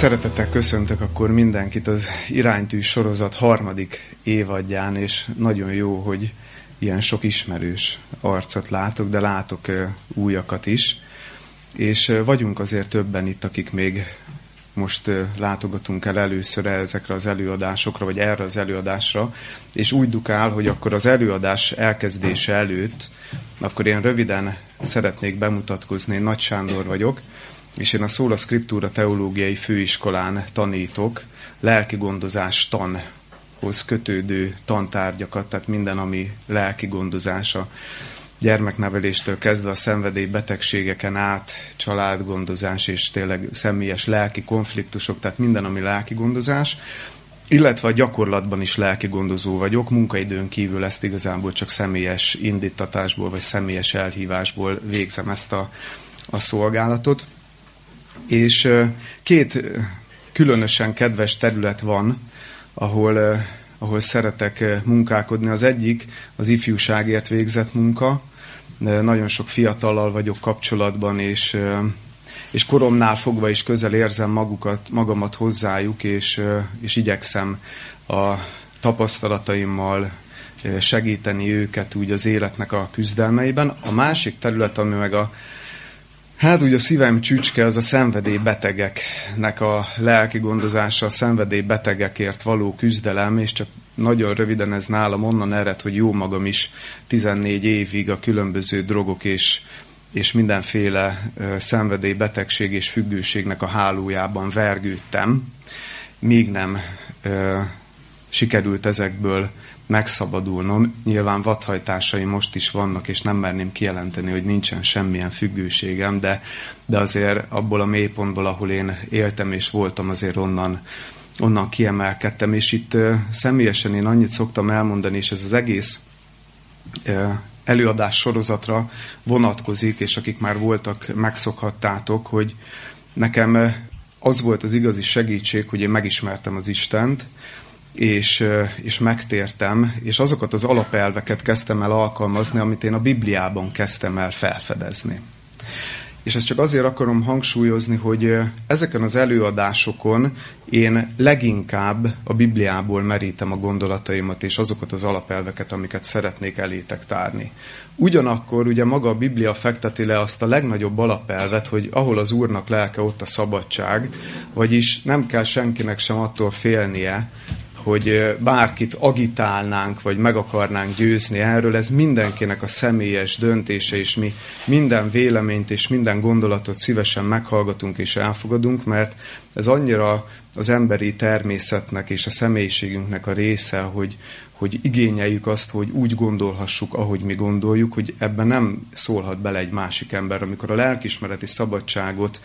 Szeretettel köszöntök akkor mindenkit az Iránytű sorozat 3. évadján, és nagyon jó, hogy ilyen sok ismerős arcot látok, de látok újakat is. És vagyunk azért többen itt, akik még most látogatunk el először ezekre az előadásokra, vagy erre az előadásra, és úgy dukál, hogy akkor az előadás elkezdése előtt, akkor én röviden szeretnék bemutatkozni, én Nagy Sándor vagyok, és én a Sola Scriptura teológiai főiskolán tanítok lelki gondozás tanhoz kötődő tantárgyakat, tehát minden, ami lelki gondozás, a gyermekneveléstől kezdve a szenvedélybetegségeken át, családgondozás és tényleg személyes lelki konfliktusok, tehát minden, ami lelki gondozás, illetve a gyakorlatban is lelki gondozó vagyok, munkaidőn kívül ezt igazából csak személyes indítatásból vagy személyes elhívásból végzem ezt a szolgálatot. És 2 különösen kedves terület van, ahol szeretek munkálkodni. Az egyik az ifjúságért végzett munka. Nagyon sok fiatallal vagyok kapcsolatban, és koromnál fogva is közel érzem magamat hozzájuk, és igyekszem a tapasztalataimmal segíteni őket úgy az életnek a küzdelmeiben. A másik terület, ami meg úgy a szívem csücske, az a szenvedélybetegeknek a lelki gondozása, a szenvedélybetegekért való küzdelem, és csak nagyon röviden ez nálam onnan ered, hogy jó magam is 14 évig a különböző drogok és mindenféle szenvedélybetegség és függőségnek a hálójában vergődtem, míg nem sikerült ezekből megszabadulnom. Nyilván vadhajtásaim most is vannak, és nem merném kijelenteni, hogy nincsen semmilyen függőségem, de azért abból a mélypontból, ahol én éltem és voltam, azért onnan kiemelkedtem. És itt személyesen én annyit szoktam elmondani, és ez az egész előadás sorozatra vonatkozik, és akik már voltak, megszokhattátok, hogy nekem az volt az igazi segítség, hogy én megismertem az Istent, és megtértem, és azokat az alapelveket kezdtem el alkalmazni, amit én a Bibliában kezdtem el felfedezni. És ezt csak azért akarom hangsúlyozni, hogy ezeken az előadásokon én leginkább a Bibliából merítem a gondolataimat, és azokat az alapelveket, amiket szeretnék elétek tárni. Ugyanakkor ugye maga a Biblia fekteti le azt a legnagyobb alapelvet, hogy ahol az Úrnak lelke, ott a szabadság, vagyis nem kell senkinek sem attól félnie, hogy bárkit agitálnánk, vagy meg akarnánk győzni erről, ez mindenkinek a személyes döntése, és mi minden véleményt és minden gondolatot szívesen meghallgatunk és elfogadunk, mert ez annyira az emberi természetnek és a személyiségünknek a része, hogy igényeljük azt, hogy úgy gondolhassuk, ahogy mi gondoljuk, hogy ebben nem szólhat bele egy másik ember. Amikor a lelkiismereti szabadságot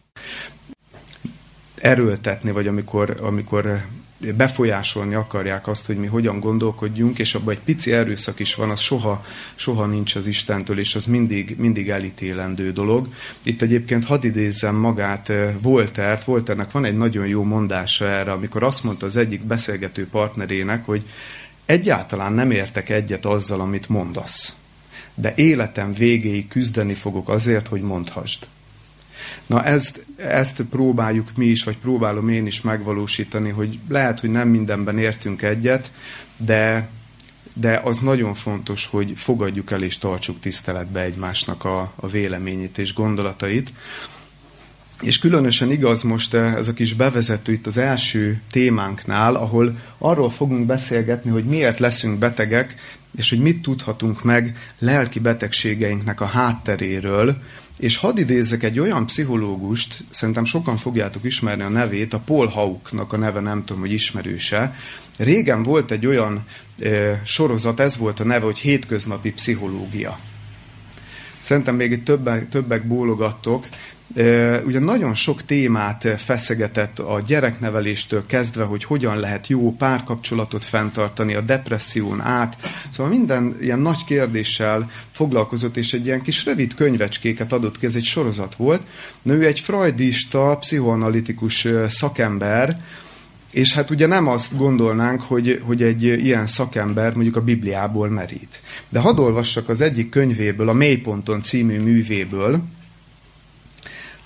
erőltetni, vagy amikor befolyásolni akarják azt, hogy mi hogyan gondolkodjunk, és abban egy pici erőszak is van, az soha nincs az Istentől, és az mindig elítélendő dolog. Itt egyébként hadd idézzem magát Voltaire-t. Voltaire-nek van egy nagyon jó mondása erre, amikor azt mondta az egyik beszélgető partnerének, hogy egyáltalán nem értek egyet azzal, amit mondasz, de életem végéig küzdeni fogok azért, hogy mondhassd. Na ezt próbáljuk mi is, vagy próbálom én is megvalósítani, hogy lehet, hogy nem mindenben értünk egyet, de az nagyon fontos, hogy fogadjuk el és tartsuk tiszteletbe egymásnak a véleményét és gondolatait. És különösen igaz most ez a kis bevezető itt az első témánknál, ahol arról fogunk beszélgetni, hogy miért leszünk betegek, és hogy mit tudhatunk meg lelki betegségeinknek a hátteréről. És hadd idézzek egy olyan pszichológust, szerintem sokan fogjátok ismerni a nevét, a Paul Hawke-nak a neve, nem tudom, hogy ismerőse. Régen volt egy olyan sorozat, ez volt a neve, hogy Hétköznapi pszichológia. Szerintem még itt többek bólogattok. Ugye nagyon sok témát feszegetett a gyerekneveléstől kezdve, hogy hogyan lehet jó párkapcsolatot fenntartani, a depresszión át. Szóval minden ilyen nagy kérdéssel foglalkozott, és egy ilyen kis rövid könyvecskéket adott ki, ez egy sorozat volt. Ő egy freudista, pszichoanalitikus szakember, és hát ugye nem azt gondolnánk, hogy egy ilyen szakember mondjuk a Bibliából merít. De hadd olvassak az egyik könyvéből, a Mélyponton című művéből,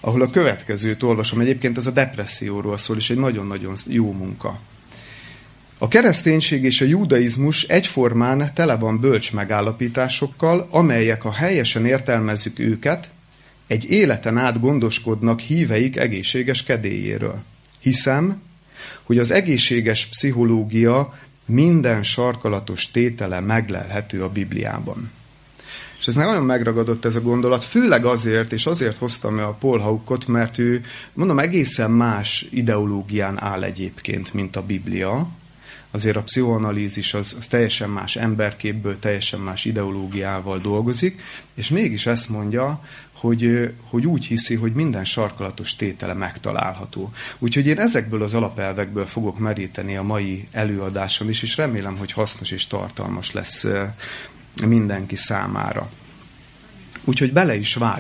ahol a következőt olvasom. Egyébként ez a depresszióról szól, és egy nagyon-nagyon jó munka. A kereszténység és a judaizmus egyformán tele van bölcs megállapításokkal, amelyek, ha helyesen értelmezzük őket, egy életen át gondoskodnak híveik egészséges kedélyéről. Hiszem, hogy az egészséges pszichológia minden sarkalatos tétele meglelhető a Bibliában. És ez nagyon megragadott ez a gondolat, főleg azért, és azért hoztam el a Paul Hawkot, mert ő, mondom, egészen más ideológián áll egyébként, mint a Biblia. Azért a pszichoanalízis az teljesen más emberképből, teljesen más ideológiával dolgozik, és mégis ezt mondja, hogy úgy hiszi, hogy minden sarkalatos tétele megtalálható. Úgyhogy én ezekből az alapelvekből fogok meríteni a mai előadáson is, és remélem, hogy hasznos és tartalmas lesz mindenki számára. Úgyhogy bele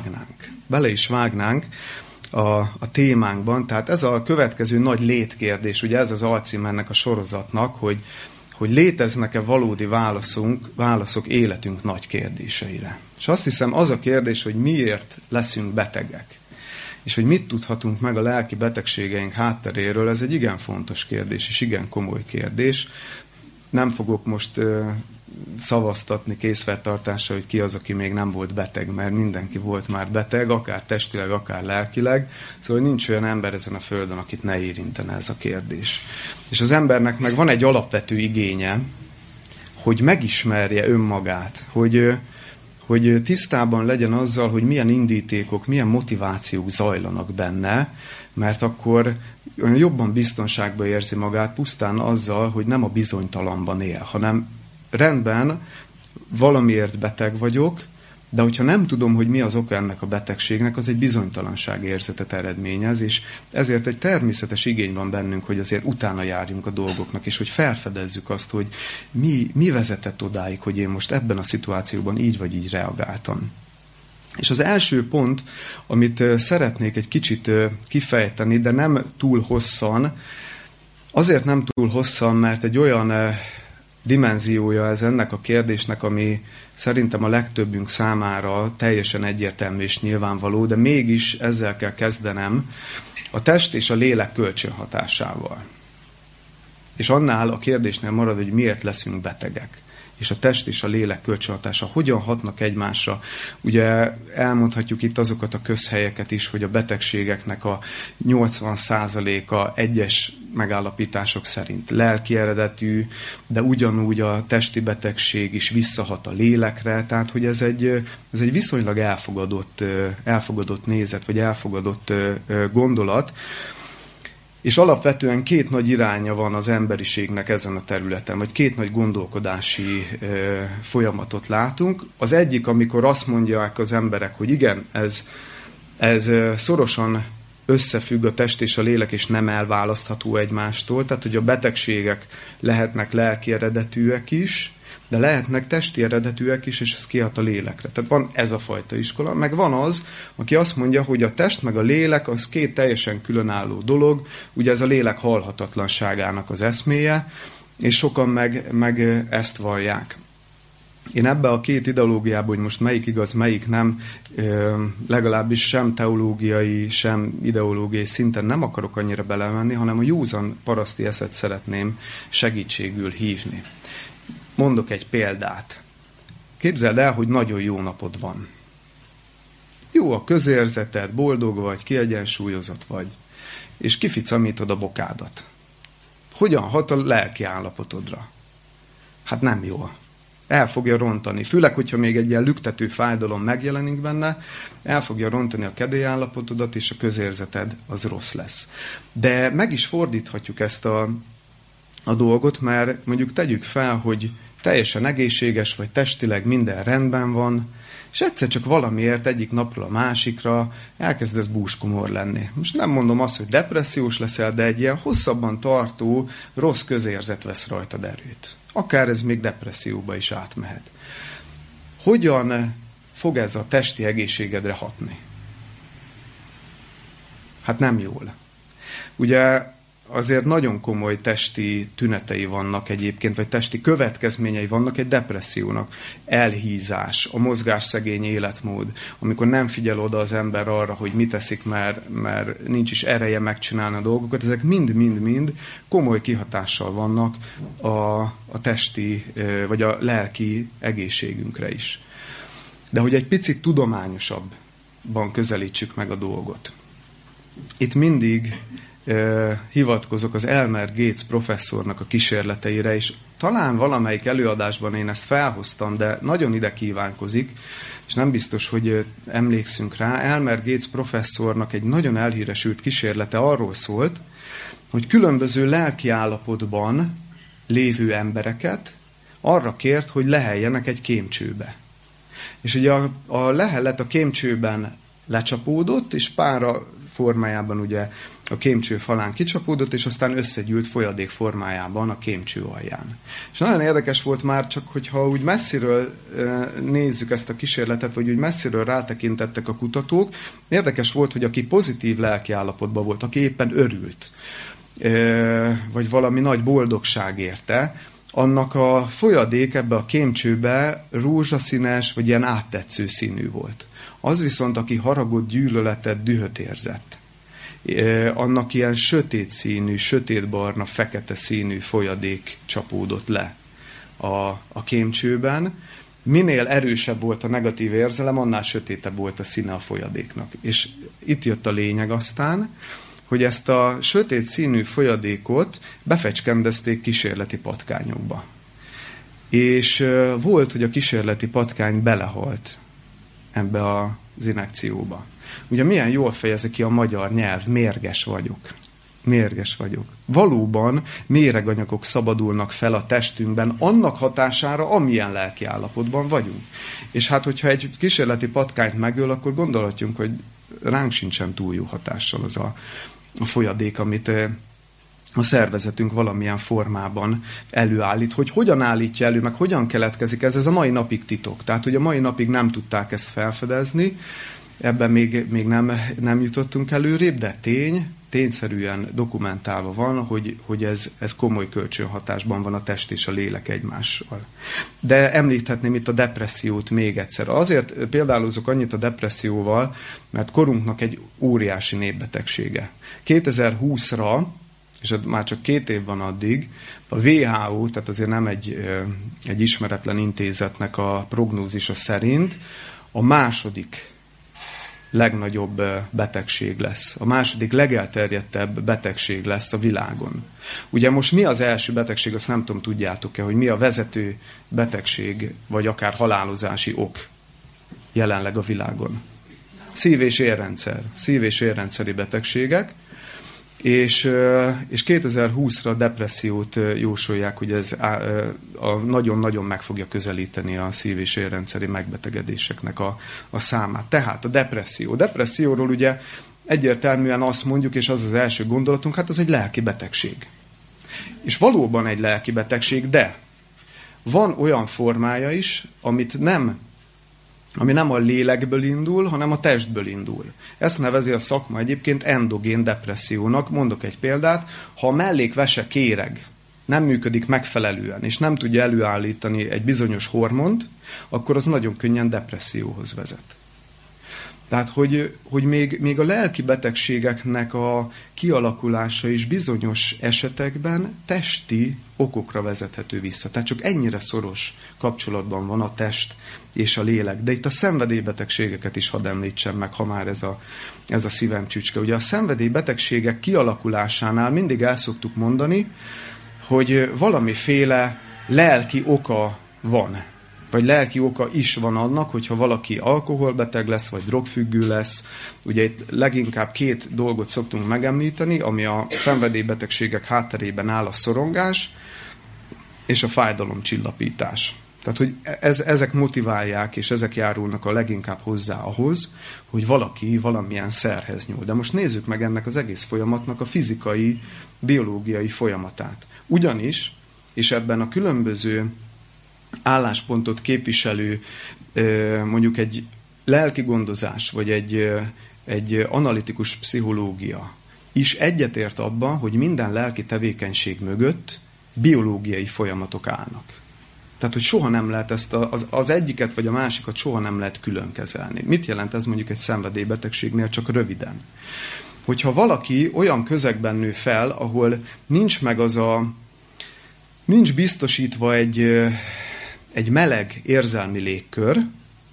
is vágnánk a témánkban. Tehát ez a következő nagy létkérdés, ugye ez az alcím ennek a sorozatnak, hogy léteznek-e valódi válaszok életünk nagy kérdéseire. És azt hiszem, az a kérdés, hogy miért leszünk betegek, és hogy mit tudhatunk meg a lelki betegségeink hátteréről, ez egy igen fontos kérdés, és igen komoly kérdés. Nem fogok most szavaztatni készfeltartással, hogy ki az, aki még nem volt beteg, mert mindenki volt már beteg, akár testileg, akár lelkileg. Szóval nincs olyan ember ezen a földön, akit ne érintene ez a kérdés. És az embernek meg van egy alapvető igénye, hogy megismerje önmagát, hogy tisztában legyen azzal, hogy milyen indítékok, milyen motivációk zajlanak benne, mert akkor olyan jobban biztonságban érzi magát pusztán azzal, hogy nem a bizonytalanban él, hanem rendben, valamiért beteg vagyok, de hogyha nem tudom, hogy mi az oka ennek a betegségnek, az egy bizonytalanság érzetet eredményez, és ezért egy természetes igény van bennünk, hogy azért utána járjunk a dolgoknak, és hogy felfedezzük azt, hogy mi vezetett odáig, hogy én most ebben a szituációban így vagy így reagáltam. És az első pont, amit szeretnék egy kicsit kifejteni, de nem túl hosszan, azért nem túl hosszan, mert egy olyan dimenziója ez ennek a kérdésnek, ami szerintem a legtöbbünk számára teljesen egyértelmű és nyilvánvaló, de mégis ezzel kell kezdenem, a test és a lélek kölcsönhatásával. És annál a kérdésnél marad, hogy miért leszünk betegek. És a test és a lélek kölcsönhatása hogyan hatnak egymásra. Ugye elmondhatjuk itt azokat a közhelyeket is, hogy a betegségeknek a 80%-a egyes megállapítások szerint lelki eredetű, de ugyanúgy a testi betegség is visszahat a lélekre, tehát hogy ez egy viszonylag elfogadott nézet, vagy elfogadott gondolat. És alapvetően két nagy iránya van az emberiségnek ezen a területen, vagy két nagy gondolkodási folyamatot látunk. Az egyik, amikor azt mondják az emberek, hogy igen, ez szorosan összefügg a test és a lélek, és nem elválasztható egymástól, tehát hogy a betegségek lehetnek lelki eredetűek is, de lehetnek testi eredetűek is, és ez kihat a lélekre. Tehát van ez a fajta iskola, meg van az, aki azt mondja, hogy a test meg a lélek az két teljesen különálló dolog, ugye ez a lélek halhatatlanságának az eszméje, és sokan meg ezt vallják. Én ebbe a két ideológiába, hogy most melyik igaz, melyik nem, legalábbis sem teológiai, sem ideológiai szinten nem akarok annyira belemenni, hanem a józan paraszti eszet szeretném segítségül hívni. Mondok egy példát. Képzeld el, hogy nagyon jó napod van. Jó a közérzeted, boldog vagy, kiegyensúlyozott vagy, és kificamítod a bokádat. Hogyan hat a lelki állapotodra? Hát nem jó. El fogja rontani. Főleg, hogyha még egy ilyen lüktető fájdalom megjelenik benne, el fogja rontani a kedélyállapotodat, és a közérzeted az rossz lesz. De meg is fordíthatjuk ezt a dolgot, mert mondjuk tegyük fel, hogy teljesen egészséges, vagy testileg minden rendben van, és egyszer csak valamiért egyik napról a másikra elkezdesz búskomor lenni. Most nem mondom azt, hogy depressziós leszel, de egy ilyen hosszabban tartó rossz közérzet vesz rajtad erőt. Akár ez még depresszióba is átmehet. Hogyan fog ez a testi egészségedre hatni? Hát nem jól. Ugye azért nagyon komoly testi tünetei vannak egyébként, vagy testi következményei vannak egy depressziónak. Elhízás, a mozgásszegény életmód, amikor nem figyel oda az ember arra, hogy mit teszik, mert nincs is ereje megcsinálni a dolgokat, ezek mind-mind-mind komoly kihatással vannak a testi, vagy a lelki egészségünkre is. De hogy egy picit tudományosabban közelítsük meg a dolgot. Itt mindig hivatkozok az Elmer Gates professzornak a kísérleteire, és talán valamelyik előadásban én ezt felhoztam, de nagyon ide kívánkozik, és nem biztos, hogy emlékszünk rá. Elmer Gates professzornak egy nagyon elhíresült kísérlete arról szólt, hogy különböző lelkiállapotban lévő embereket arra kért, hogy leheljenek egy kémcsőbe. És ugye a lehellet a kémcsőben lecsapódott, és pára formájában ugye a kémcső falán kicsapódott, és aztán összegyűlt folyadék formájában a kémcső alján. És nagyon érdekes volt már, csak hogyha úgy messziről nézzük ezt a kísérletet, vagy úgy messziről rátekintettek a kutatók, érdekes volt, hogy aki pozitív lelkiállapotban volt, aki éppen örült, vagy valami nagy boldogság érte, annak a folyadék ebbe a kémcsőbe rózsaszínes, vagy ilyen áttetsző színű volt. Az viszont, aki haragot, gyűlöletet, dühöt érzett, annak ilyen sötét színű, sötétbarna, fekete színű folyadék csapódott le a kémcsőben. Minél erősebb volt a negatív érzelem, annál sötétebb volt a színe a folyadéknak. És itt jött a lényeg aztán, hogy ezt a sötét színű folyadékot befecskendezték kísérleti patkányokba. És volt, hogy a kísérleti patkány belehalt ebbe az injekcióba. Ugye milyen jól fejezi ki a magyar nyelv, mérges vagyok. Mérges vagyok. Valóban méreganyagok szabadulnak fel a testünkben annak hatására, amilyen lelki állapotban vagyunk. És hát, hogyha egy kísérleti patkányt megöl, akkor gondolhatjunk, hogy ránk sincsen túl jó hatással az a folyadék, amit a szervezetünk valamilyen formában előállít. Hogy hogyan állítja elő, meg hogyan keletkezik ez a mai napig titok. Tehát, hogy a mai napig nem tudták ezt felfedezni, ebben még nem jutottunk előrébb, de tényszerűen dokumentálva van, hogy ez komoly kölcsönhatásban van a test és a lélek egymással. De említhetném itt a depressziót még egyszer. Azért példálozok annyit a depresszióval, mert korunknak egy óriási népbetegsége. 2020-ra, és már csak 2 év van addig, a WHO, tehát azért nem egy ismeretlen intézetnek a prognózisa szerint a második legnagyobb betegség lesz. A második legelterjedtebb betegség lesz a világon. Ugye most mi az első betegség, azt nem tudom, tudjátok-e, hogy mi a vezető betegség, vagy akár halálozási ok jelenleg a világon? Szív- és érrendszeri betegségek, és 2020-ra a depressziót jósolják, hogy ez nagyon-nagyon meg fogja közelíteni a szív- és érrendszeri megbetegedéseknek a számát. Tehát a depresszió. Depresszióról ugye egyértelműen azt mondjuk, és az az első gondolatunk, hát az egy lelki betegség. És valóban egy lelki betegség, de van olyan formája is, ami nem a lélekből indul, hanem a testből indul. Ezt nevezi a szakma egyébként endogén depressziónak. Mondok egy példát, ha a mellékvese kéreg, nem működik megfelelően, és nem tudja előállítani egy bizonyos hormont, akkor az nagyon könnyen depresszióhoz vezet. Tehát, hogy még a lelki betegségeknek a kialakulása is bizonyos esetekben testi okokra vezethető vissza. Tehát csak ennyire szoros kapcsolatban van a test és a lélek. De itt a szenvedélybetegségeket is hadd említsem meg, ha már ez a szívem csücske. Ugye a szenvedélybetegségek kialakulásánál mindig el szoktuk mondani, hogy valamiféle lelki oka van. Vagy lelki oka is van annak, hogyha valaki alkoholbeteg lesz, vagy drogfüggő lesz. Ugye itt leginkább 2 dolgot szoktunk megemlíteni, ami a szenvedélybetegségek hátterében áll: a szorongás és a fájdalomcsillapítás. Tehát, hogy ezek motiválják, és ezek járulnak a leginkább hozzá ahhoz, hogy valaki valamilyen szerhez nyúl. De most nézzük meg ennek az egész folyamatnak a fizikai, biológiai folyamatát. Ugyanis, és ebben a különböző álláspontot képviselő, mondjuk egy lelki gondozás, vagy egy analitikus pszichológia, is egyetért abban, hogy minden lelki tevékenység mögött biológiai folyamatok állnak. Tehát, hogy soha nem lehet ezt az egyiket vagy a másikat soha nem lehet külön kezelni. Mit jelent ez mondjuk egy szenvedélybetegségnél, csak röviden? Hogyha valaki olyan közegben nő fel, ahol nincs biztosítva egy meleg érzelmi légkör,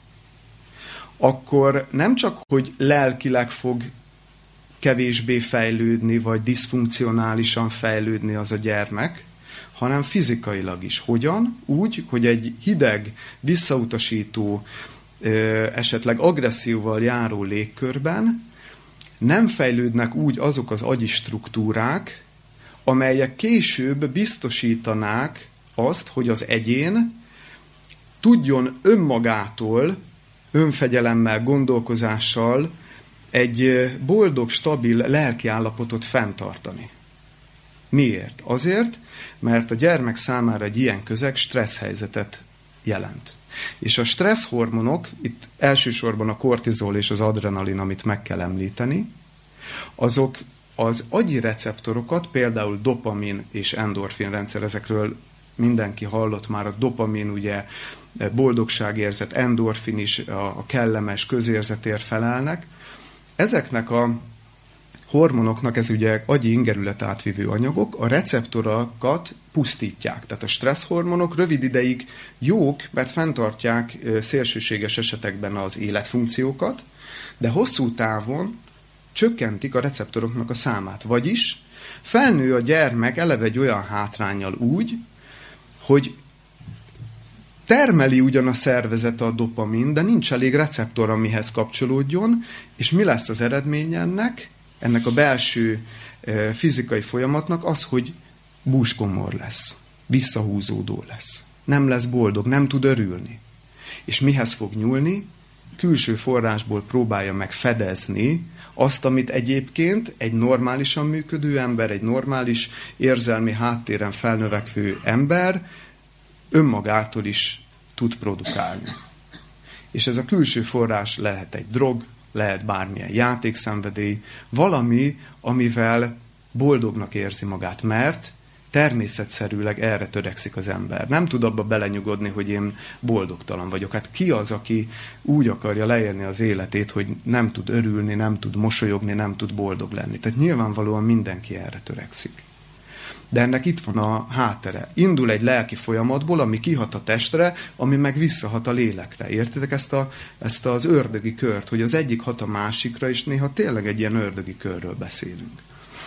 akkor nem csak, hogy lelkileg fog kevésbé fejlődni, vagy diszfunkcionálisan fejlődni az a gyermek, hanem fizikailag is. Hogyan? Úgy, hogy egy hideg, visszautasító, esetleg agresszióval járó légkörben nem fejlődnek úgy azok az agyi struktúrák, amelyek később biztosítanák azt, hogy az egyén tudjon önmagától, önfegyelemmel, gondolkozással egy boldog, stabil lelkiállapotot fenntartani. Miért? Azért, mert a gyermek számára egy ilyen közeg stressz helyzetet jelent. És a stressz hormonok, itt elsősorban a kortizol és az adrenalin, amit meg kell említeni, azok az agyi receptorokat, például dopamin és endorfin rendszer, ezekről mindenki hallott már, a dopamin ugye boldogságérzet, endorfin is a kellemes közérzetért felelnek. Ezeknek a hormonoknak, ez ugye agyi ingerület átvívő anyagok, a receptorokat pusztítják. Tehát a stressz hormonok rövid ideig jók, mert fenntartják szélsőséges esetekben az életfunkciókat, de hosszú távon csökkentik a receptoroknak a számát. Vagyis felnő a gyermek eleve egy olyan hátránnyal úgy, hogy termeli ugyan a szervezete a dopamin, de nincs elég receptor, amihez kapcsolódjon, és mi lesz az eredmény ennek a belső fizikai folyamatnak? Az, hogy búskomor lesz, visszahúzódó lesz, nem lesz boldog, nem tud örülni. És mihez fog nyúlni? Külső forrásból próbálja meg fedezni azt, amit egyébként egy normálisan működő ember, egy normális érzelmi háttéren felnövekvő ember önmagától is tud produkálni. És ez a külső forrás lehet egy drog, lehet bármilyen játékszenvedély, valami, amivel boldognak érzi magát, mert természetszerűleg erre törekszik az ember. Nem tud abba belenyugodni, hogy én boldogtalan vagyok. Hát ki az, aki úgy akarja leélni az életét, hogy nem tud örülni, nem tud mosolyogni, nem tud boldog lenni. Tehát nyilvánvalóan mindenki erre törekszik. De ennek itt van a háttere. Indul egy lelki folyamatból, ami kihat a testre, ami meg visszahat a lélekre. Értitek ezt az ördögi kört, hogy az egyik hat a másikra, és néha tényleg egy ilyen ördögi körről beszélünk.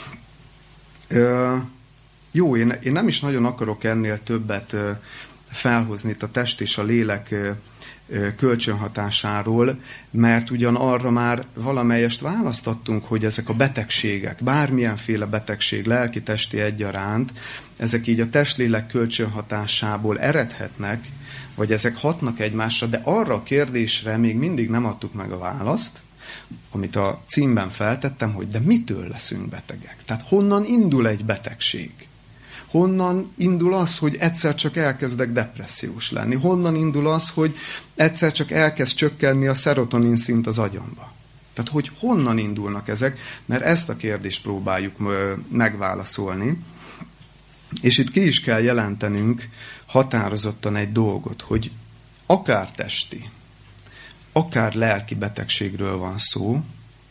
Jó, én nem is nagyon akarok ennél többet felhozni itt a test és a lélek kölcsönhatásáról, mert ugyan arra már valamelyest választattunk, hogy ezek a betegségek, bármilyenféle betegség, lelki-testi egyaránt, ezek így a testlélek kölcsönhatásából eredhetnek, vagy ezek hatnak egymásra, de arra a kérdésre még mindig nem adtuk meg a választ, amit a címben feltettem, hogy de mitől leszünk betegek? Tehát honnan indul egy betegség? Honnan indul az, hogy egyszer csak elkezdek depressziós lenni? Honnan indul az, hogy egyszer csak elkezd csökkenni a szerotonin szint az agyamba? Tehát, hogy honnan indulnak ezek? Mert ezt a kérdést próbáljuk megválaszolni. És itt ki is kell jelentenünk határozottan egy dolgot, hogy akár testi, akár lelki betegségről van szó,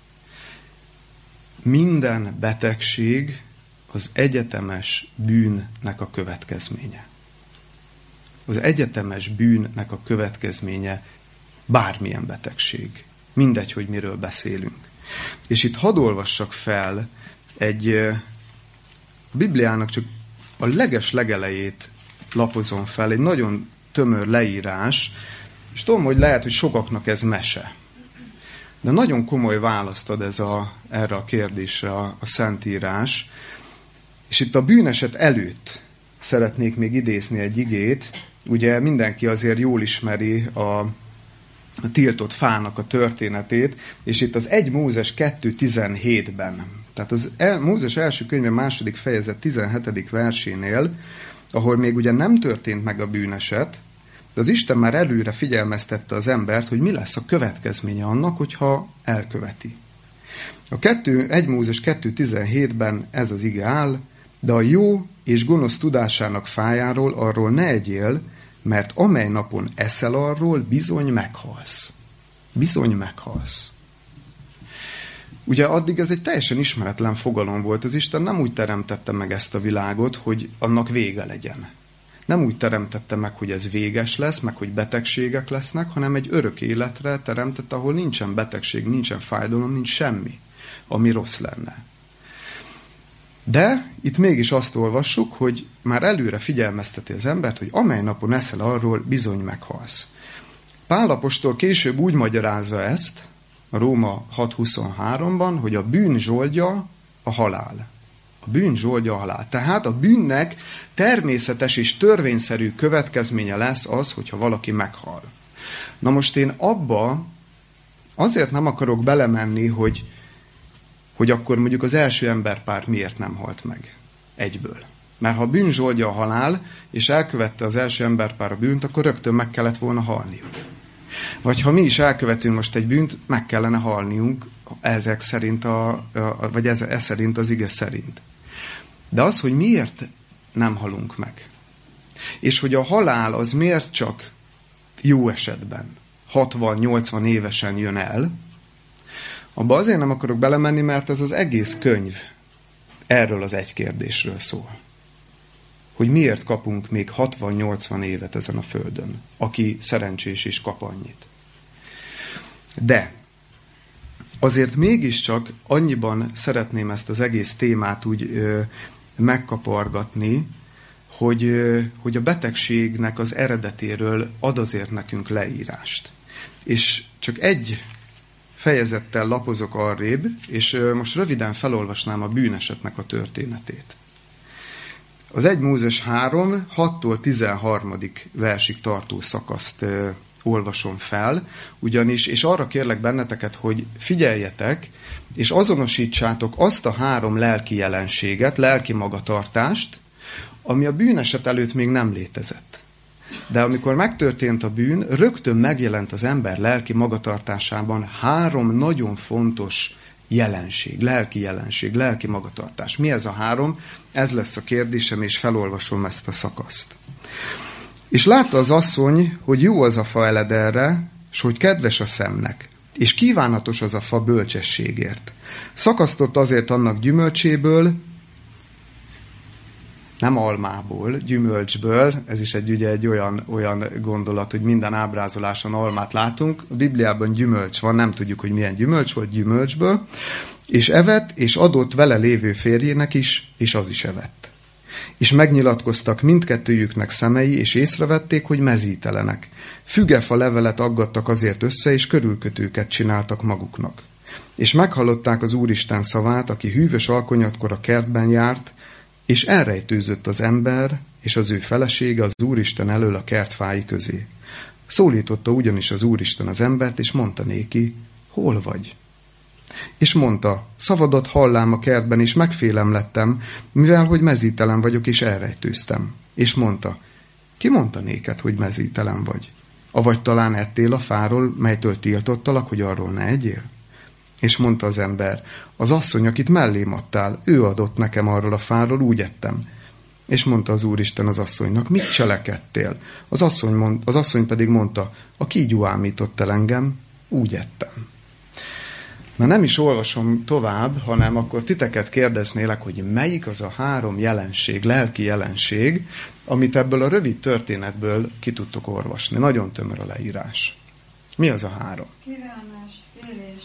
minden betegség az egyetemes bűnnek a következménye. Az egyetemes bűnnek a következménye bármilyen betegség. Mindegy, hogy miről beszélünk. És itt hadd olvassak fel a Bibliának csak a legelejét lapozom fel, egy nagyon tömör leírás, és tudom, hogy lehet, hogy sokaknak ez mese. De nagyon komoly választ ad erre a kérdésre a Szentírás. És itt a bűneset előtt szeretnék még idézni egy igét. Ugye mindenki azért jól ismeri a tiltott fának a történetét, és itt az 1 Mózes 2.17-ben, tehát az Mózes első könyve 2. fejezet 17. versénél, ahol még ugye nem történt meg a bűneset, de az Isten már előre figyelmeztette az embert, hogy mi lesz a következménye annak, hogyha elköveti. A 1 Mózes 2.17-ben ez az ige áll, de a jó és gonosz tudásának fájáról arról ne egyél, mert amely napon eszel arról, bizony meghalsz. Bizony meghalsz. Ugye addig ez egy teljesen ismeretlen fogalom volt. Az Isten nem úgy teremtette meg ezt a világot, hogy annak vége legyen. Nem úgy teremtette meg, hogy ez véges lesz, meg hogy betegségek lesznek, hanem egy örök életre teremtette, ahol nincsen betegség, nincsen fájdalom, nincs semmi, ami rossz lenne. De itt mégis azt olvassuk, hogy már előre figyelmezteti az embert, hogy amely napon eszel arról, bizony meghalsz. Pál apostol később úgy magyarázza ezt, a Róma 6.23-ban, hogy a bűn zsoldja a halál. A bűn zsoldja a halál. Tehát a bűnnek természetes és törvényszerű következménye lesz az, hogyha valaki meghal. Na most én abba azért nem akarok belemenni, hogy akkor mondjuk az első emberpár miért nem halt meg egyből. Mert ha a bűn zsoldja a halál, és elkövette az első emberpár a bűnt, akkor rögtön meg kellett volna halniuk. Vagy ha mi is elkövetünk most egy bűnt, meg kellene halniunk ezek szerint, vagy ez szerint az ige szerint. De az, hogy miért nem halunk meg, és hogy a halál az miért csak jó esetben 60-80 évesen jön el, abba azért nem akarok belemenni, mert ez az egész könyv erről az egy kérdésről szól. Hogy miért kapunk még 60-80 évet ezen a földön, aki szerencsés és kap annyit. De azért mégiscsak annyiban szeretném ezt az egész témát úgy megkapargatni, hogy a betegségnek az eredetéről ad azért nekünk leírást. És csak egy fejezettel lapozok arrébb, és most röviden felolvasnám a bűnesetnek a történetét. Az 1 Mózes 3, 6-tól 13. versig tartó szakaszt olvasom fel, ugyanis, és arra kérlek benneteket, hogy figyeljetek, és azonosítsátok azt a 3 lelki jelenséget, lelki magatartást, ami a bűneset előtt még nem létezett. De amikor megtörtént a bűn, rögtön megjelent az ember lelki magatartásában 3 nagyon fontos jelenség, lelki magatartás. Mi ez a 3? Ez lesz a kérdésem, és felolvasom ezt a szakaszt. És látta az asszony, hogy jó az a fa elederre, s hogy kedves a szemnek, és kívánatos az a fa bölcsességért. Szakasztott azért annak gyümölcséből, nem almából, gyümölcsből, ez is egy olyan gondolat, hogy minden ábrázoláson almát látunk, a Bibliában gyümölcs van, nem tudjuk, hogy milyen gyümölcs volt, gyümölcsből, és evett, és adott vele lévő férjének is, és az is evett. És megnyilatkoztak mindkettőjüknek szemei, és észrevették, hogy mezítelenek. Fügefa levelet aggattak azért össze, és körülkötőket csináltak maguknak. És meghallották az Úristen szavát, aki hűvös alkonyatkor a kertben járt, és elrejtőzött az ember és az ő felesége az Úristen elől a kert fái közé. Szólította ugyanis az Úristen az embert, és mondta néki, hol vagy? És mondta, szavadat hallám a kertben, és megfélem lettem, mivel hogy mezítelen vagyok, és elrejtőztem. És mondta, ki mondta néked, hogy mezítelen vagy? Avagy talán ettél a fáról, melytől tiltottalak, hogy arról ne egyél? És mondta az ember, az asszony, akit mellém adtál, ő adott nekem arról a fáról, úgy ettem. És mondta az Úristen az asszonynak, mit cselekedtél? Az asszony pedig mondta, a kígyó ámított el engem, úgy ettem. Na nem is olvasom tovább, hanem akkor titeket kérdeznélek, hogy melyik az a 3 jelenség, lelki jelenség, amit ebből a rövid történetből ki tudtok olvasni. Nagyon tömör a leírás. Mi az a 3? Kívánás, félés,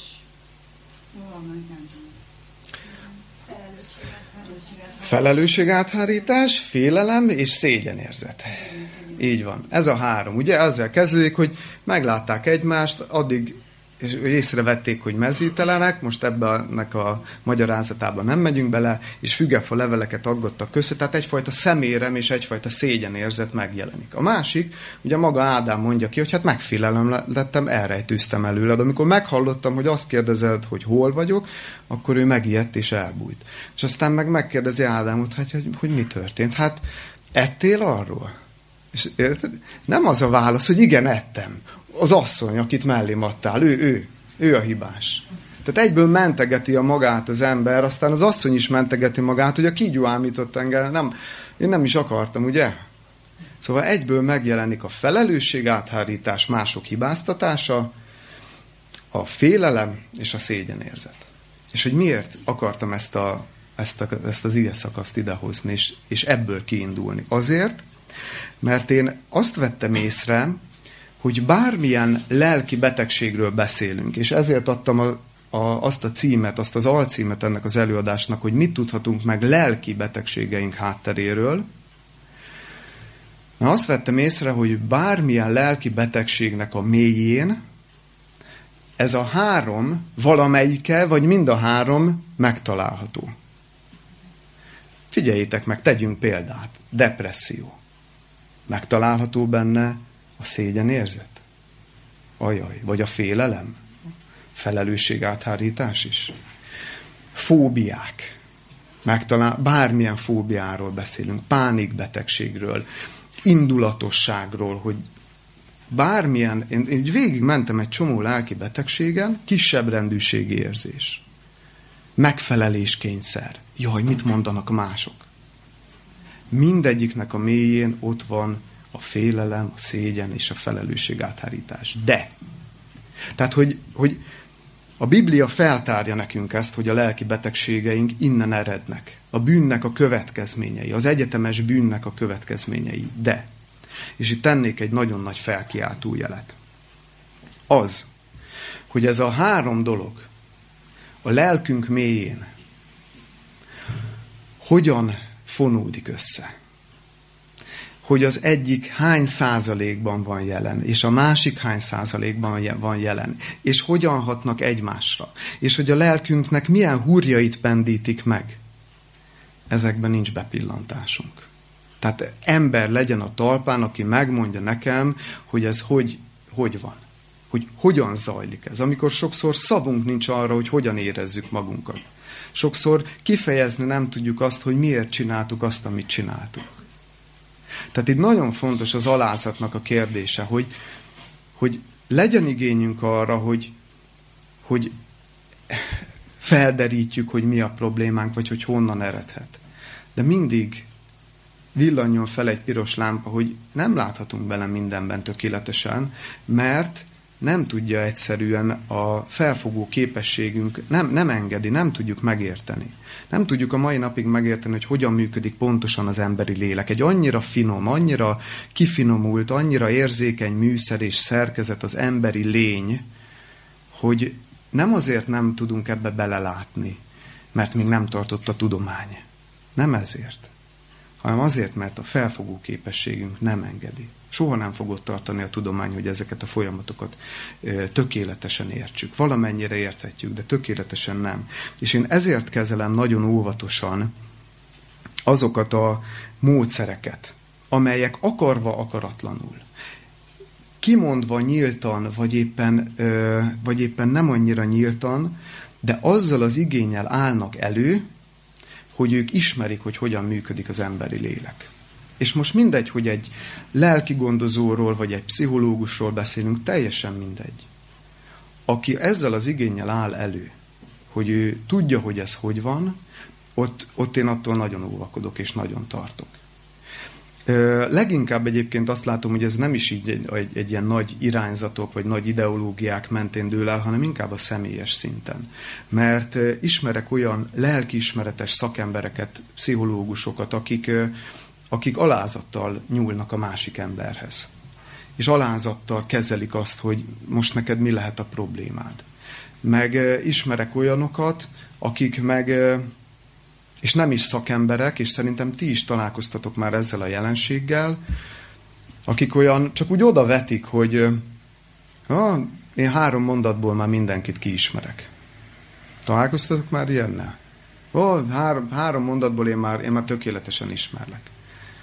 felelősségáthárítás, félelem és szégyenérzet. Így van. Ez a 3. Ugye azzal kezdődik, hogy meglátták egymást, addig és észrevették, hogy mezítelenek, most ebben a magyarázatában nem megyünk bele, és fügefa leveleket aggattak össze, tehát egyfajta szemérem és egyfajta szégyenérzet megjelenik. A másik, ugye maga Ádám mondja ki, hogy hát megfélelem lettem, elrejtőztem előled. Amikor meghallottam, hogy azt kérdezed, hogy hol vagyok, akkor ő megijedt és elbújt. És aztán megkérdezi Ádámot, hogy mi történt. Hát ettél arról? És nem az a válasz, hogy igen, ettem. Az asszony, akit mellém adtál, ő a hibás. Tehát egyből mentegeti a magát az ember, aztán az asszony is mentegeti magát, hogy a kígyó ámított engem, én nem is akartam, ugye? Szóval egyből megjelenik a felelősség áthárítás, mások hibáztatása, a félelem és a szégyenérzet. És hogy miért akartam ezt az ige szakaszt idehozni, és ebből kiindulni? Azért, mert én azt vettem észre, hogy bármilyen lelki betegségről beszélünk, és ezért adtam azt a címet, azt az alcímet ennek az előadásnak, hogy mit tudhatunk meg lelki betegségeink hátteréről. Na, azt vettem észre, hogy bármilyen lelki betegségnek a mélyén ez a három valamelyike, vagy mind a három megtalálható. Figyeljétek meg, tegyünk példát. Depresszió. Megtalálható benne a szégyenérzet? Ajaj, vagy a félelem? Felelősség áthárítás is? Fóbiák. Bármilyen fóbiáról beszélünk, pánikbetegségről, indulatosságról, hogy bármilyen, én végig mentem egy csomó lelki betegségen, kisebb rendűségi érzés. Megfeleléskényszer. Jaj, mit mondanak mások? Mindegyiknek a mélyén ott van a félelem, a szégyen és a felelősség áthárítás. De, tehát, hogy a Biblia feltárja nekünk ezt, hogy a lelki betegségeink innen erednek. A bűnnek a következményei, az egyetemes bűnnek a következményei. De, és itt tennék egy nagyon nagy felkiáltó jelet. Az, hogy ez a három dolog a lelkünk mélyén hogyan fonódik össze. Hogy az egyik hány százalékban van jelen, és a másik hány százalékban van jelen, és hogyan hatnak egymásra, és hogy a lelkünknek milyen húrjait pendítik meg. Ezekben nincs bepillantásunk. Tehát ember legyen a talpán, aki megmondja nekem, hogy ez hogy van. Hogy hogyan zajlik ez. Amikor sokszor szavunk nincs arra, hogy hogyan érezzük magunkat. Sokszor kifejezni nem tudjuk azt, hogy miért csináltuk azt, amit csináltuk. Tehát itt nagyon fontos az alázatnak a kérdése, hogy legyen igényünk arra, hogy felderítjük, hogy mi a problémánk, vagy hogy honnan eredhet. De mindig villanjon fel egy piros lámpa, hogy nem láthatunk bele mindenben tökéletesen, mert nem tudja egyszerűen a felfogó képességünk, nem engedi, nem tudjuk megérteni. Nem tudjuk a mai napig megérteni, hogy hogyan működik pontosan az emberi lélek. Egy annyira finom, annyira kifinomult, annyira érzékeny műszer és szerkezet az emberi lény, hogy nem azért nem tudunk ebbe belelátni, mert még nem tartott a tudomány. Nem ezért, hanem azért, mert a felfogó képességünk nem engedi. Soha nem fogod tartani a tudomány, hogy ezeket a folyamatokat tökéletesen értsük. Valamennyire érthetjük, de tökéletesen nem. És én ezért kezelem nagyon óvatosan azokat a módszereket, amelyek akarva akaratlanul, kimondva nyíltan, vagy éppen nem annyira nyíltan, de azzal az igénnyel állnak elő, hogy ők ismerik, hogy hogyan működik az emberi lélek. És most mindegy, hogy egy lelkigondozóról, vagy egy pszichológusról beszélünk, teljesen mindegy. Aki ezzel az igénnyel áll elő, hogy ő tudja, hogy ez hogy van, ott én attól nagyon óvakodok, és nagyon tartok. Leginkább egyébként azt látom, hogy ez nem is így egy ilyen nagy irányzatok, vagy nagy ideológiák mentén dől el, hanem inkább a személyes szinten. Mert ismerek olyan lelkiismeretes szakembereket, pszichológusokat, akik alázattal nyúlnak a másik emberhez. És alázattal kezelik azt, hogy most neked mi lehet a problémád. Meg ismerek olyanokat, akik meg, és nem is szakemberek, és szerintem ti is találkoztatok már ezzel a jelenséggel, akik olyan csak úgy oda vetik, hogy én 3 mondatból már mindenkit kiismerek. Találkoztatok már ilyennel? 3 mondatból én már tökéletesen ismerlek.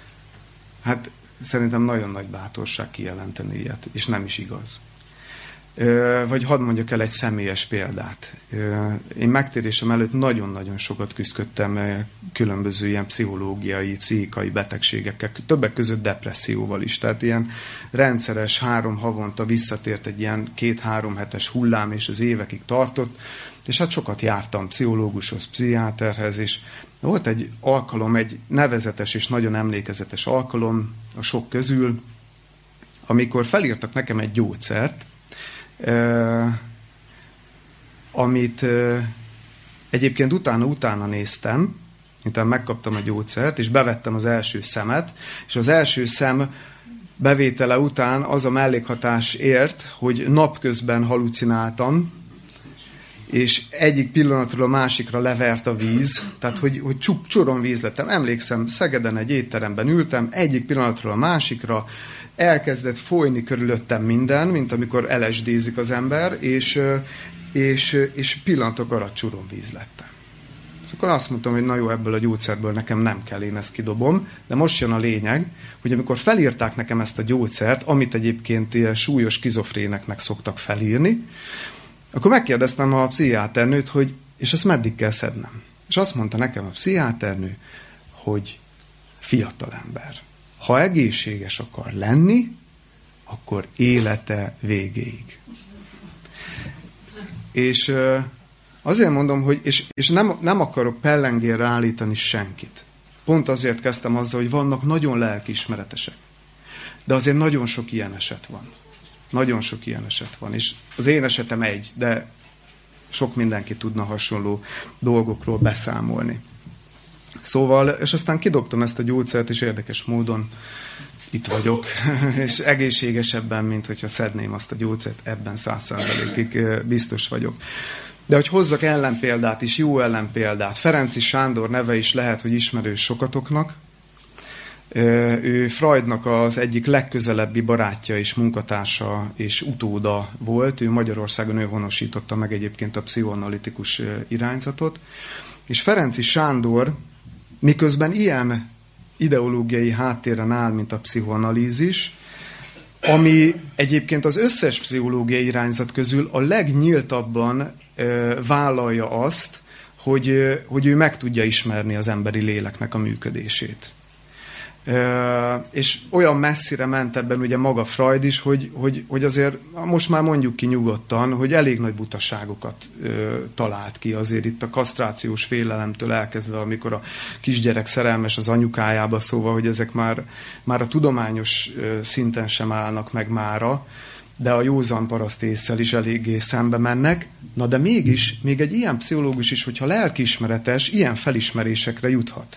Hát szerintem nagyon nagy bátorság kijelenteni ilyet, és nem is igaz. Vagy hadd mondjak el egy személyes példát. Én megtérésem előtt nagyon-nagyon sokat küzdöttem különböző ilyen pszichológiai, pszichikai betegségekkel, többek között depresszióval is. Tehát ilyen rendszeres 3 havonta visszatért egy ilyen 2-3 hetes hullám, és az évekig tartott, és hát sokat jártam pszichológushoz, pszichiáterhez, és volt egy alkalom, egy nevezetes és nagyon emlékezetes alkalom a sok közül, amikor felírtak nekem egy gyógyszert, amit egyébként utána néztem, miután megkaptam a gyógyszert, és bevettem az első szemet, és az első szem bevétele után az a mellékhatás ért, hogy napközben halucináltam, és egyik pillanatról a másikra levert a víz, tehát hogy csoronvíz lettem. Emlékszem, Szegeden egy étteremben ültem, egyik pillanatról a másikra elkezdett folyni körülöttem minden, mint amikor LSD-zik az ember, és pillanatok alatt csoronvíz lettem. És akkor azt mondtam, hogy na jó, ebből a gyógyszerből nekem nem kell, én ezt kidobom, de most jön a lényeg, hogy amikor felírták nekem ezt a gyógyszert, amit egyébként ilyen súlyos skizofréneknek szoktak felírni, akkor megkérdeztem a pszichiáternőt, hogy és ezt meddig kell szednem? És azt mondta nekem a pszichiáternő, hogy fiatalember, ha egészséges akar lenni, akkor élete végéig. És azért mondom, hogy és nem akarok pellengérre állítani senkit. Pont azért kezdtem azzal, hogy vannak nagyon lelkiismeretesek. De azért nagyon sok ilyen eset van. Nagyon sok ilyen eset van, és az én esetem egy, de sok mindenki tudna hasonló dolgokról beszámolni. Szóval, és aztán kidobtam ezt a gyógyszert, és érdekes módon itt vagyok, és egészségesebben, mint hogyha szedném azt a gyógyszert, ebben 100%-ig biztos vagyok. De hogy hozzak ellenpéldát is, jó ellenpéldát, Ferenczy Sándor neve is lehet, hogy ismerős sokatoknak. Ő Freudnak az egyik legközelebbi barátja és munkatársa és utóda volt. Ő Magyarországon honosította meg egyébként a pszichoanalitikus irányzatot. És Ferenczy Sándor, miközben ilyen ideológiai háttéren áll, mint a pszichoanalízis, ami egyébként az összes pszichológiai irányzat közül a legnyíltabban vállalja azt, hogy ő meg tudja ismerni az emberi léleknek a működését. És olyan messzire ment ebben ugye maga Freud is, hogy azért most már mondjuk ki nyugodtan, hogy elég nagy butaságokat talált ki azért itt a kasztrációs félelemtől elkezdve, amikor a kisgyerek szerelmes az anyukájába, szóval, hogy ezek már a tudományos szinten sem állnak meg mára, de a józan paraszt ésszel is eléggé szembe mennek. Na de mégis, még egy ilyen pszichológus is, hogyha lelkiismeretes, ilyen felismerésekre juthat.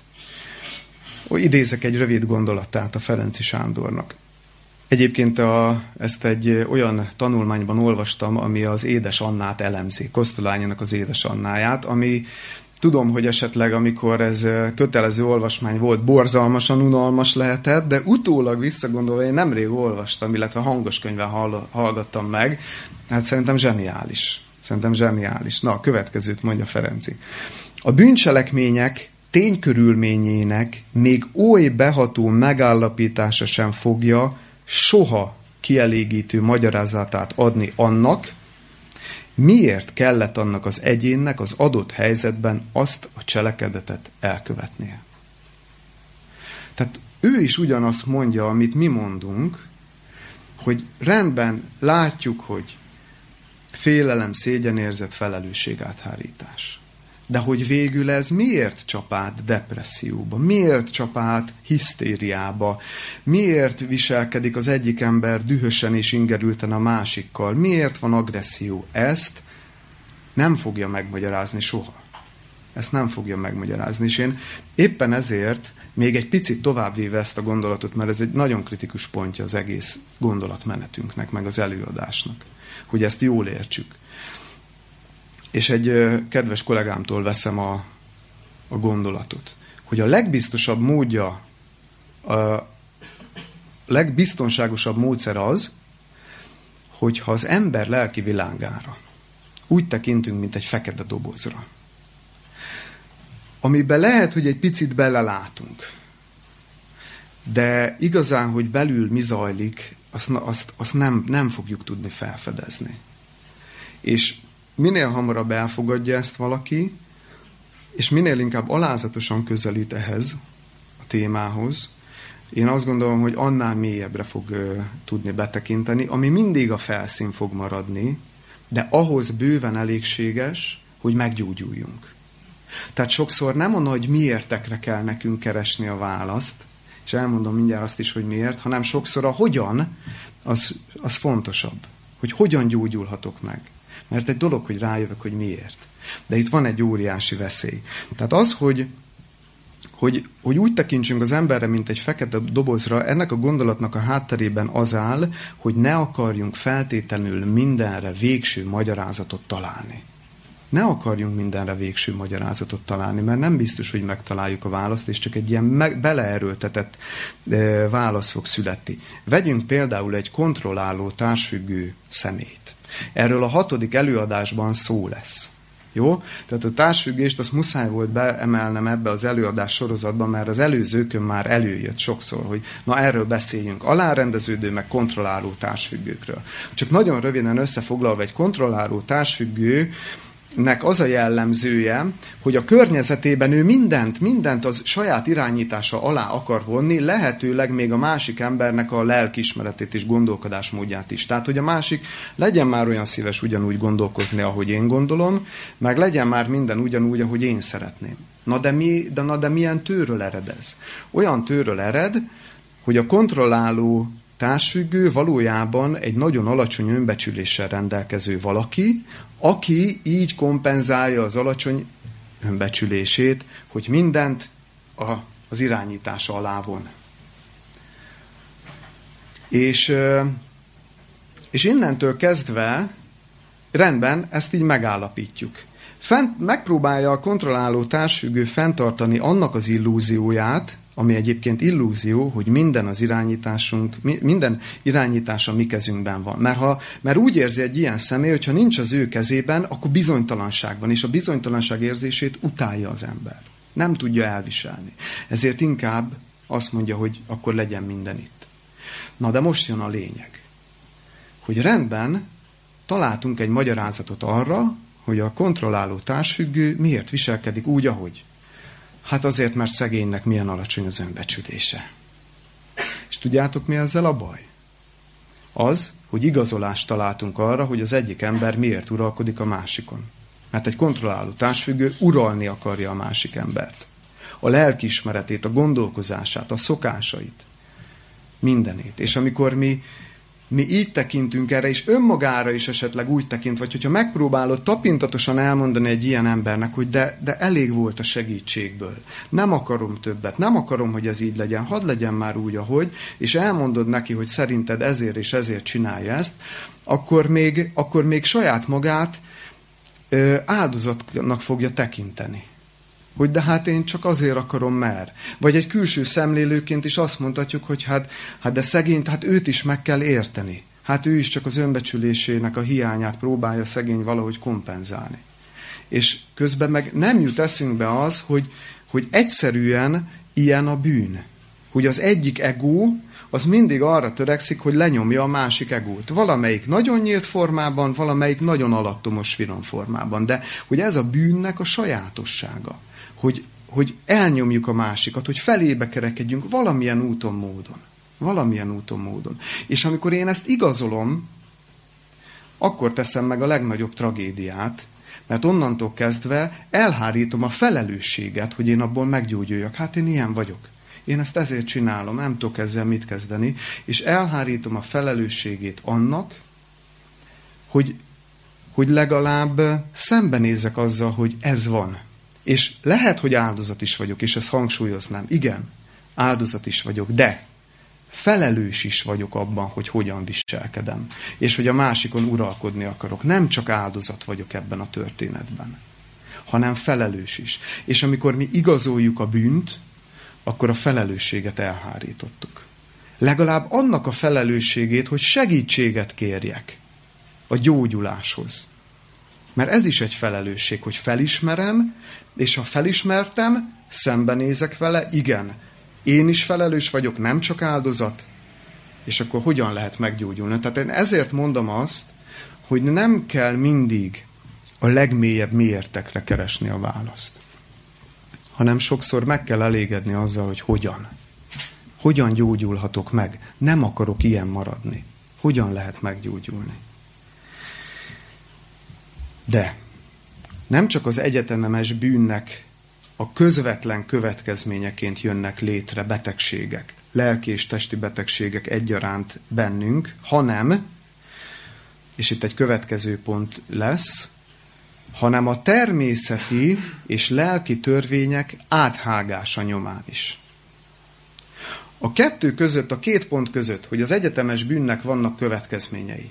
Idézek egy rövid gondolatát a Ferenczy Sándornak. Egyébként ezt egy olyan tanulmányban olvastam, ami az Édes Annát elemzi, Kosztolányinak az Édes Annáját, ami tudom, hogy esetleg amikor ez kötelező olvasmány volt, borzalmasan unalmas lehetett, de utólag visszagondolva én nemrég olvastam, illetve hangos könyvben hallgattam meg, hát szerintem zseniális. Na, a következőt mondja Ferenczy. A bűncselekmények ténykörülményének még oly beható megállapítása sem fogja soha kielégítő magyarázatát adni annak, miért kellett annak az egyénnek az adott helyzetben azt a cselekedetet elkövetnie. Tehát ő is ugyanazt mondja, amit mi mondunk, hogy rendben látjuk, hogy félelem, szégyenérzet, felelősségáthárítás. De hogy végül ez miért csap át depresszióba? Miért csap át hisztériába? Miért viselkedik az egyik ember dühösen és ingerülten a másikkal? Miért van agresszió? Ezt nem fogja megmagyarázni soha. Ezt nem fogja megmagyarázni. És én éppen ezért még egy picit továbbvéve ezt a gondolatot, mert ez egy nagyon kritikus pontja az egész gondolatmenetünknek, meg az előadásnak, hogy ezt jól értsük. És egy kedves kollégámtól veszem a gondolatot, hogy a legbiztosabb módja, a legbiztonságosabb módszer az, hogyha az ember lelki világára úgy tekintünk, mint egy fekete dobozra, amiben lehet, hogy egy picit belelátunk, de igazán, hogy belül mi zajlik, azt nem fogjuk tudni felfedezni. És minél hamarabb elfogadja ezt valaki, és minél inkább alázatosan közelít ehhez a témához, én azt gondolom, hogy annál mélyebbre fog tudni betekinteni, ami mindig a felszín fog maradni, de ahhoz bőven elégséges, hogy meggyógyuljunk. Tehát sokszor nem a nagy miértekre kell nekünk keresni a választ, és elmondom mindjárt azt is, hogy miért, hanem sokszor a hogyan, az fontosabb. Hogy hogyan gyógyulhatok meg. Mert egy dolog, hogy rájövök, hogy miért. De itt van egy óriási veszély. Tehát az, hogy úgy tekintsünk az emberre, mint egy fekete dobozra, ennek a gondolatnak a hátterében az áll, hogy ne akarjunk feltétlenül mindenre végső magyarázatot találni. Ne akarjunk mindenre végső magyarázatot találni, mert nem biztos, hogy megtaláljuk a választ, és csak egy ilyen beleerőltetett válasz fog születni. Vegyünk például egy kontrolláló, társfüggő személyt. Erről a 6. előadásban szó lesz. Jó? Tehát a társfüggést azt muszáj volt beemelnem ebbe az előadás sorozatba, mert az előzőkön már előjött sokszor, hogy na erről beszéljünk, alárendeződő, meg kontrolláló társfüggőkről. Csak nagyon röviden összefoglalva, egy kontrolláló társfüggő az a jellemzője, hogy a környezetében ő mindent az saját irányítása alá akar vonni, lehetőleg még a másik embernek a lelkiismeretét és gondolkodásmódját is. Tehát, hogy a másik legyen már olyan szíves ugyanúgy gondolkozni, ahogy én gondolom, meg legyen már minden ugyanúgy, ahogy én szeretném. Na de milyen tőről ered ez? Olyan tőről ered, hogy a kontrolláló társfüggő valójában egy nagyon alacsony önbecsüléssel rendelkező valaki, aki így kompenzálja az alacsony önbecsülését, hogy mindent az irányítása alá von. És innentől kezdve rendben, ezt így megállapítjuk. Megpróbálja a kontrolláló társfüggő fenntartani annak az illúzióját, ami egyébként illúzió, hogy minden irányítása mi kezünkben van. Mert úgy érzi egy ilyen személy, hogyha nincs az ő kezében, akkor bizonytalanságban, és a bizonytalanság érzését utálja az ember. Nem tudja elviselni. Ezért inkább azt mondja, hogy akkor legyen minden itt. Na de most jön a lényeg. Hogy rendben találtunk egy magyarázatot arra, hogy a kontrolláló társfüggő miért viselkedik úgy, ahogy. Hát azért, mert szegénynek milyen alacsony az önbecsülése. És tudjátok, mi ezzel a baj? Az, hogy igazolást találtunk arra, hogy az egyik ember miért uralkodik a másikon. Mert egy kontrolláló társfüggő uralni akarja a másik embert. A lelkiismeretét, a gondolkozását, a szokásait. Mindenét. És amikor mi így tekintünk erre, és önmagára is esetleg úgy tekint, vagy hogyha megpróbálod tapintatosan elmondani egy ilyen embernek, hogy de elég volt a segítségből. Nem akarom többet, nem akarom, hogy ez így legyen, hadd legyen már úgy, ahogy, és elmondod neki, hogy szerinted ezért és ezért csinálja ezt, akkor még saját magát áldozatnak fogja tekinteni. Hogy de hát én csak azért akarom, mert. Vagy egy külső szemlélőként is azt mondhatjuk, hogy hát de szegényt, hát őt is meg kell érteni. Hát ő is csak az önbecsülésének a hiányát próbálja szegény valahogy kompenzálni. És közben meg nem jut eszünkbe az, hogy egyszerűen ilyen a bűn. Hogy az egyik ego, az mindig arra törekszik, hogy lenyomja a másik egót. Valamelyik nagyon nyílt formában, valamelyik nagyon alattomos finom formában. De hogy ez a bűnnek a sajátossága. Hogy elnyomjuk a másikat, hogy felébe kerekedjünk valamilyen úton, módon. Valamilyen úton, módon. És amikor én ezt igazolom, akkor teszem meg a legnagyobb tragédiát, mert onnantól kezdve elhárítom a felelősséget, hogy én abból meggyógyuljak. Hát én ilyen vagyok. Én ezt ezért csinálom, nem tudok ezzel mit kezdeni, és elhárítom a felelősségét annak, hogy legalább szembenézzek azzal, hogy ez van. És lehet, hogy áldozat is vagyok, és ezt hangsúlyoznám. Igen, áldozat is vagyok, de felelős is vagyok abban, hogy hogyan viselkedem. És hogy a másikon uralkodni akarok. Nem csak áldozat vagyok ebben a történetben, hanem felelős is. És amikor mi igazoljuk a bűnt, akkor a felelősséget elhárítottuk. Legalább annak a felelősségét, hogy segítséget kérjek a gyógyuláshoz. Mert ez is egy felelősség, hogy felismerem, és ha felismertem, szembenézek vele, igen, én is felelős vagyok, nem csak áldozat, És akkor hogyan lehet meggyógyulni? Tehát én ezért mondom azt, hogy nem kell mindig a legmélyebb mélyértekre keresni a választ, hanem sokszor meg kell elégedni azzal, hogy hogyan. Hogyan gyógyulhatok meg? Nem akarok ilyen maradni. Hogyan lehet meggyógyulni? De nem csak az egyetemes bűnnek a közvetlen következményeként jönnek létre betegségek, lelki és testi betegségek egyaránt bennünk, hanem, és itt egy következő pont lesz, hanem a természeti és lelki törvények áthágása nyomán is. A kettő között, a két pont között, hogy az egyetemes bűnnek vannak következményei.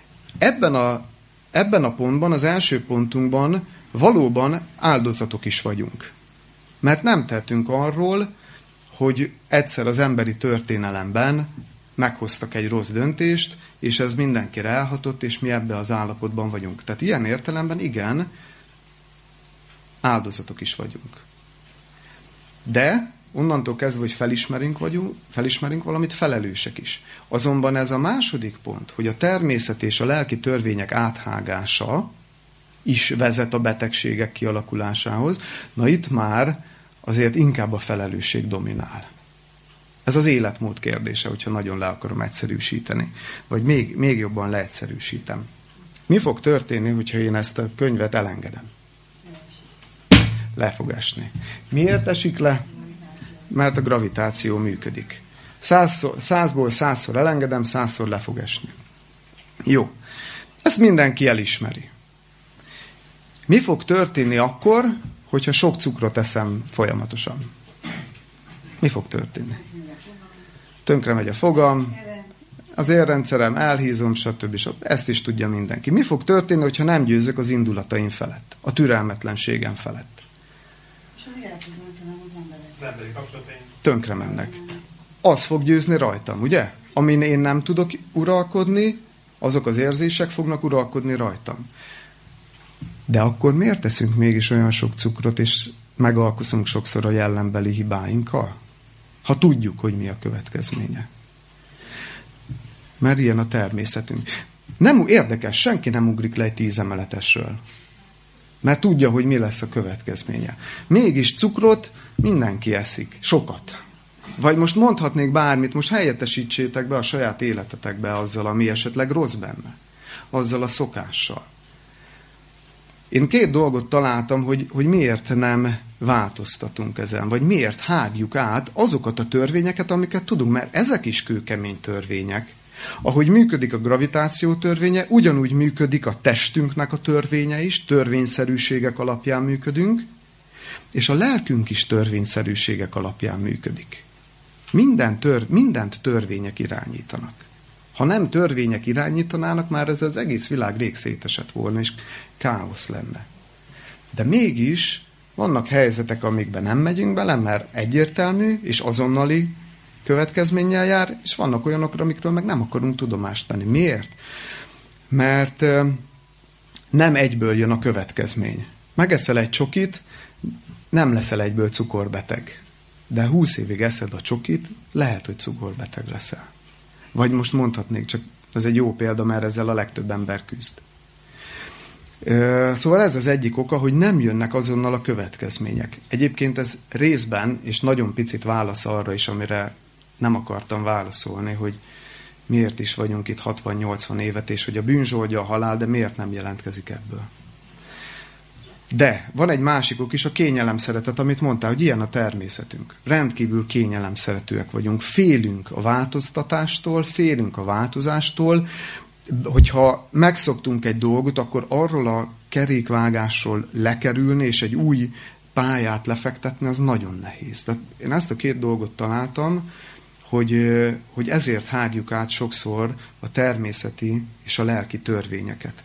Ebben a pontban, az első pontunkban valóban áldozatok is vagyunk. Mert nem tettünk arról, hogy egyszer az emberi történelemben meghoztak egy rossz döntést, és ez mindenkire elhatott, és mi ebben az állapotban vagyunk. Tehát ilyen értelemben igen, áldozatok is vagyunk. De onnantól kezdve, hogy felismerünk valamit, felelősek is. Azonban ez a második pont, hogy a természet és a lelki törvények áthágása is vezet a betegségek kialakulásához, na itt már azért inkább a felelősség dominál. Ez az életmód kérdése, hogyha nagyon le akarom egyszerűsíteni. Vagy még jobban leegyszerűsítem. Mi fog történni, hogyha én ezt a könyvet elengedem? Le fog esni. Miért esik le? Mert a gravitáció működik. 100-ból 100-szor elengedem, 100-szor le fog esni. Jó. Ezt mindenki elismeri. Mi fog történni akkor, hogyha sok cukrot eszem folyamatosan? Mi fog történni? Tönkre megy a fogam, az érrendszerem, elhízom, stb. Ezt is tudja mindenki. Mi fog történni, hogyha nem győzök az indulataim felett, a türelmetlenségem felett? Tönkre mennek. Az fog győzni rajtam, ugye? Amin én nem tudok uralkodni, azok az érzések fognak uralkodni rajtam. De akkor miért teszünk mégis olyan sok cukrot, és megalkuszunk sokszor a jellembeli hibáinkkal? Ha tudjuk, hogy mi a következménye. Mert ilyen a természetünk. Nem érdekes, senki nem ugrik le egy 10 emeletesről. Mert tudja, hogy mi lesz a következménye. Mégis cukrot mindenki eszik. Sokat. Vagy most mondhatnék bármit, most helyettesítsétek be a saját életetekbe azzal, ami esetleg rossz benne. Azzal a szokással. Én 2 dolgot találtam, hogy miért nem változtatunk ezen, vagy miért hágjuk át azokat a törvényeket, amiket tudunk, mert ezek is kőkemény törvények. Ahogy működik a gravitáció törvénye, ugyanúgy működik a testünknek a törvénye is, törvényszerűségek alapján működünk, és a lelkünk is törvényszerűségek alapján működik. Mindent törvények irányítanak. Ha nem törvények irányítanának, már ez az egész világ rég szétesett volna, és káosz lenne. De mégis vannak helyzetek, amikben nem megyünk bele, mert egyértelmű és azonnali következménnyel jár, és vannak olyanok, amikről meg nem akarunk tudomást venni. Miért? Mert nem egyből jön a következmény. Megeszel egy csokit, nem leszel egyből cukorbeteg. De 20 évig eszed a csokit, lehet, hogy cukorbeteg leszel. Vagy most mondhatnék, csak ez egy jó példa, mert ezzel a legtöbb ember küzd. Szóval ez az egyik oka, hogy nem jönnek azonnal a következmények. Egyébként ez részben, és nagyon picit válasz arra is, amire nem akartam válaszolni, hogy miért is vagyunk itt 60-80 évet, és hogy a bűn zsoldja a halál, de miért nem jelentkezik ebből. De van egy másik ok is, a kényelemszeretet, amit mondtál, hogy ilyen a természetünk. Rendkívül kényelemszeretőek vagyunk. Félünk a változtatástól, félünk a változástól. Hogyha megszoktunk egy dolgot, akkor arról a kerékvágásról lekerülni, és egy új pályát lefektetni, az nagyon nehéz. Tehát én ezt a 2 dolgot találtam, hogy ezért hágjuk át sokszor a természeti és a lelki törvényeket.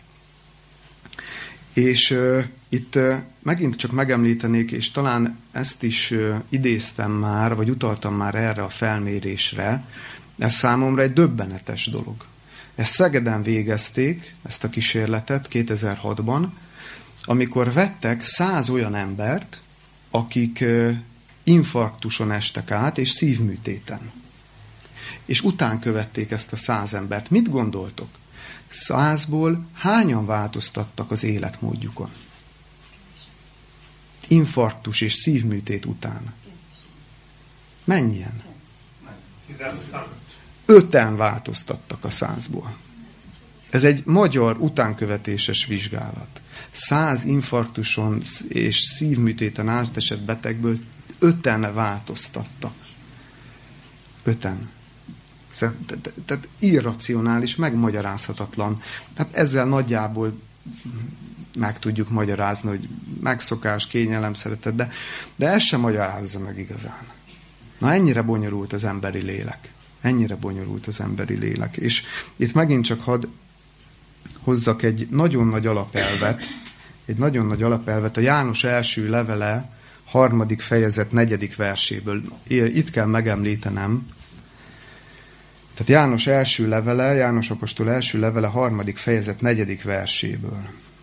És itt megint csak megemlítenék, és talán ezt is idéztem már, vagy utaltam már erre a felmérésre, ez számomra egy döbbenetes dolog. Ezt Szegeden végezték, ezt a kísérletet 2006-ban, amikor vettek 100 olyan embert, akik infarktuson estek át, és szívműtéten. és után követték ezt a 100 embert. Mit gondoltok? 100-ból hányan változtattak az életmódjukon? Infarktus és szívműtét után. Mennyien? 5-en változtattak a 100-ból. Ez egy magyar utánkövetéses vizsgálat. 100 infarktuson és szívműtéten átesett betegből 5-en változtattak. 5-en. Tehát irracionális, megmagyarázhatatlan. Tehát ezzel nagyjából meg tudjuk magyarázni, hogy megszokás, kényelem, szeretet, de ez sem magyarázza meg igazán. Na, ennyire bonyolult az emberi lélek. Ennyire bonyolult az emberi lélek. És itt megint csak hadd hozzak egy nagyon nagy alapelvet, a János első levele 3. fejezet 4. verséből. Itt kell megemlítenem. Tehát János apostol első levele 3. fejezet 4. verséből.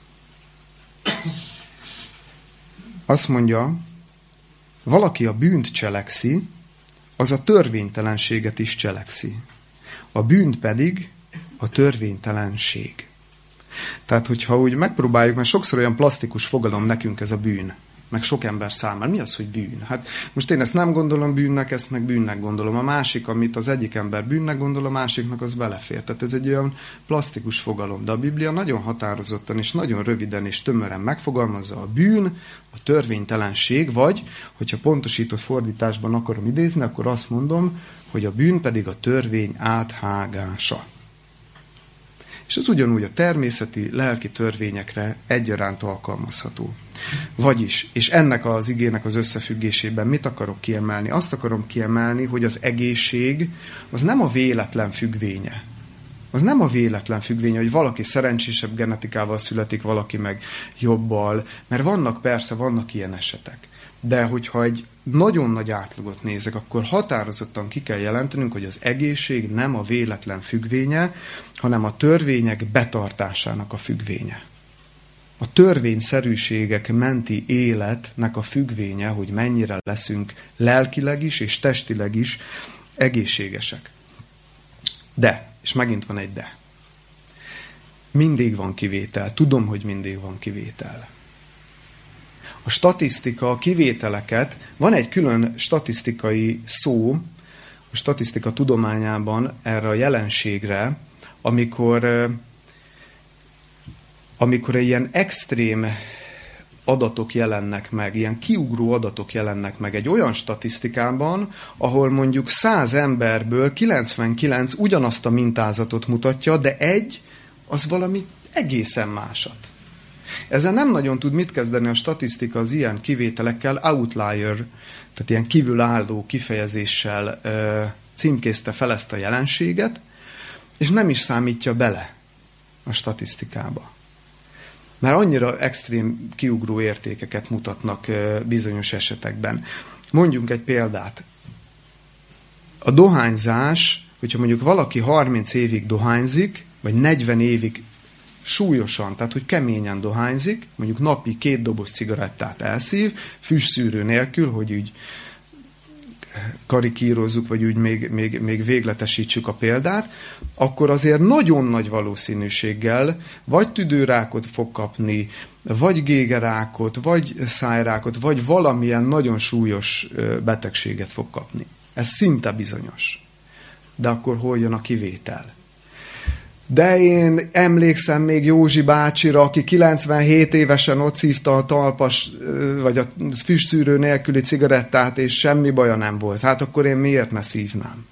Azt mondja, valaki a bűnt cselekszi, az a törvénytelenséget is cselekszi. A bűn pedig a törvénytelenség. Tehát, hogyha úgy megpróbáljuk, mert sokszor olyan plastikus fogalom nekünk ez a bűn, meg sok ember számára. Mi az, hogy bűn? Hát most én ezt nem gondolom bűnnek, ezt meg bűnnek gondolom. A másik, amit az egyik ember bűnnek gondol, a másiknak az belefér. Tehát ez egy olyan plastikus fogalom. De a Biblia nagyon határozottan és nagyon röviden és tömören megfogalmazza a bűn, a törvénytelenség, vagy, hogyha pontosított fordításban akarom idézni, akkor azt mondom, hogy a bűn pedig a törvény áthágása. És az ugyanúgy a természeti, lelki törvényekre egyaránt alkalmazható. Vagyis, és ennek az igének az összefüggésében mit akarok kiemelni? Azt akarom kiemelni, hogy az egészség az nem a véletlen függvénye. Az nem a véletlen függvénye, hogy valaki szerencsésebb genetikával születik, valaki meg jobbal, mert vannak ilyen esetek. De hogyha egy nagyon nagy átlagot nézek, akkor határozottan ki kell jelentenünk, hogy az egészség nem a véletlen függvénye, hanem a törvények betartásának a függvénye. A törvényszerűségek menti életnek a függvénye, hogy mennyire leszünk lelkileg is és testileg is egészségesek. De, és megint van egy de. Mindig van kivétel. Tudom, hogy mindig van kivétel. A statisztika, a kivételeket, van egy külön statisztikai szó, a statisztika tudományában erre a jelenségre, amikor ilyen extrém adatok jelennek meg, ilyen kiugró adatok jelennek meg egy olyan statisztikában, ahol mondjuk 100 emberből 99 ugyanazt a mintázatot mutatja, de egy az valami egészen másat. Ezzel nem nagyon tud mit kezdeni a statisztika az ilyen kivételekkel, outlier, tehát ilyen kívülálló kifejezéssel címkézte fel ezt a jelenséget, és nem is számítja bele a statisztikába. Mert annyira extrém kiugró értékeket mutatnak bizonyos esetekben. Mondjunk egy példát. A dohányzás, hogyha mondjuk valaki 30 évig dohányzik, vagy 40 évig súlyosan, tehát hogy keményen dohányzik, mondjuk napi 2 doboz cigarettát elszív, füstszűrő nélkül, hogy úgy karikírozzuk, vagy úgy még végletesítsük a példát, akkor azért nagyon nagy valószínűséggel vagy tüdőrákot fog kapni, vagy gégerákot, vagy szájrákot, vagy valamilyen nagyon súlyos betegséget fog kapni. Ez szinte bizonyos. De akkor hol jön a kivétel? De én emlékszem még Józsi bácsira, aki 97 évesen ott szívta a talpas, vagy a füstszűrő nélküli cigarettát, és semmi baja nem volt. Hát akkor én miért ne szívnám?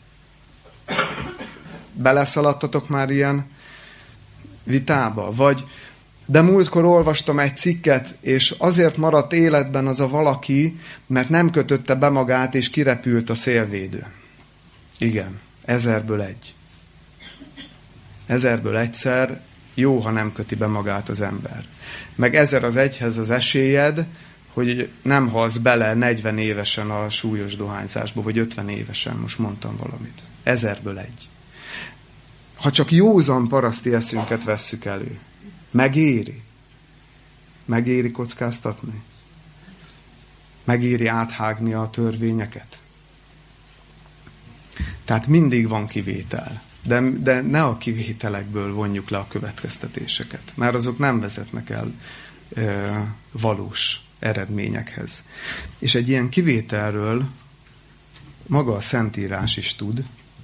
Beleszaladtatok már ilyen vitába? Vagy, de múltkor olvastam egy cikket, és azért maradt életben az a valaki, mert nem kötötte be magát, és kirepült a szélvédő. Igen, 1000-ből 1. 1000-ből egyszer jó, ha nem köti be magát az ember. Meg 1000 az 1-hez az esélyed, hogy nem halsz bele 40 évesen a súlyos dohányzásba, vagy 50 évesen, most mondtam valamit. 1000-ből 1. Ha csak józan paraszti eszünket vesszük elő, megéri. Megéri kockáztatni? Megéri áthágni a törvényeket? Tehát mindig van kivétel. De ne a kivételekből vonjuk le a következtetéseket, mert azok nem vezetnek el valós eredményekhez. És egy ilyen kivételről maga a Szentírás is tud,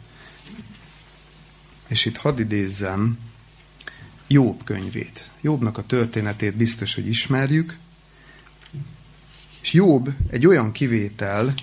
és itt hadd idézzem Jobb könyvét. Jobbnak a történetét biztos, hogy ismerjük, és Jobb egy olyan kivétel,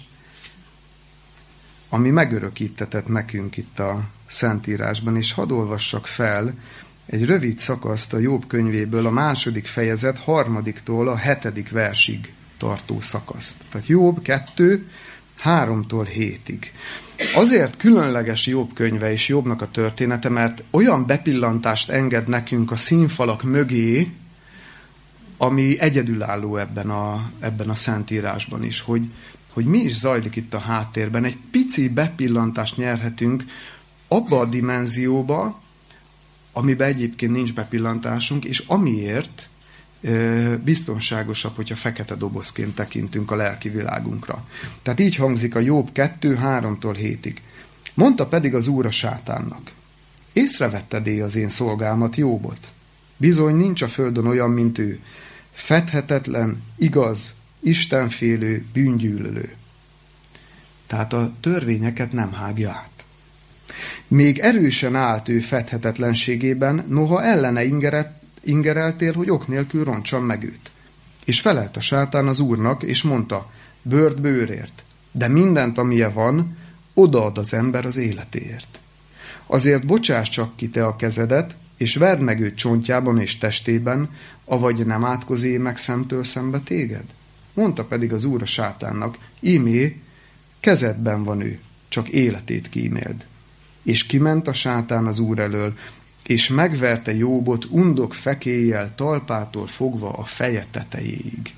ami megörökítetett nekünk itt a Szentírásban, és hadd olvassak fel egy rövid szakaszt a Jobb könyvéből, a 2. fejezet 3-tól a 7. versig tartó szakaszt. Tehát Jobb 2, 3-tól 7-ig. Azért különleges Jobb könyve és Jobbnak a története, mert olyan bepillantást enged nekünk a színfalak mögé, ami egyedülálló ebben a Szentírásban is, hogy mi is zajlik itt a háttérben. Egy pici bepillantást nyerhetünk abba a dimenzióba, amiben egyébként nincs bepillantásunk, és amiért biztonságosabb, hogyha fekete dobozként tekintünk a lelki világunkra. Tehát így hangzik a Jobb 2, 3-tól 7-ig. Mondta pedig az Úr a sátánnak: észrevetted-e az én szolgámat, Jobbot? Bizony nincs a földön olyan, mint ő. Fedhetetlen, igaz, istenfélő, bűngyűlölő. Tehát a törvényeket nem hágja át. Még erősen állt ő fedhetetlenségében, noha ellene ingereltél, hogy ok nélkül roncsan meg őt. És felelt a sátán az Úrnak, és mondta: bőrt bőrért, de mindent, amilyen van, odaad az ember az életéért. Azért bocsáss csak ki te a kezedet, és verd meg őt csontjában és testében, avagy nem átkozé meg szemtől szembe téged? Mondta pedig az Úr a sátánnak: ímé, kezedben van ő, csak életét kíméld. És kiment a sátán az Úr elől, és megverte Jobbot undok fekéjjel, talpától fogva a feje tetejéig.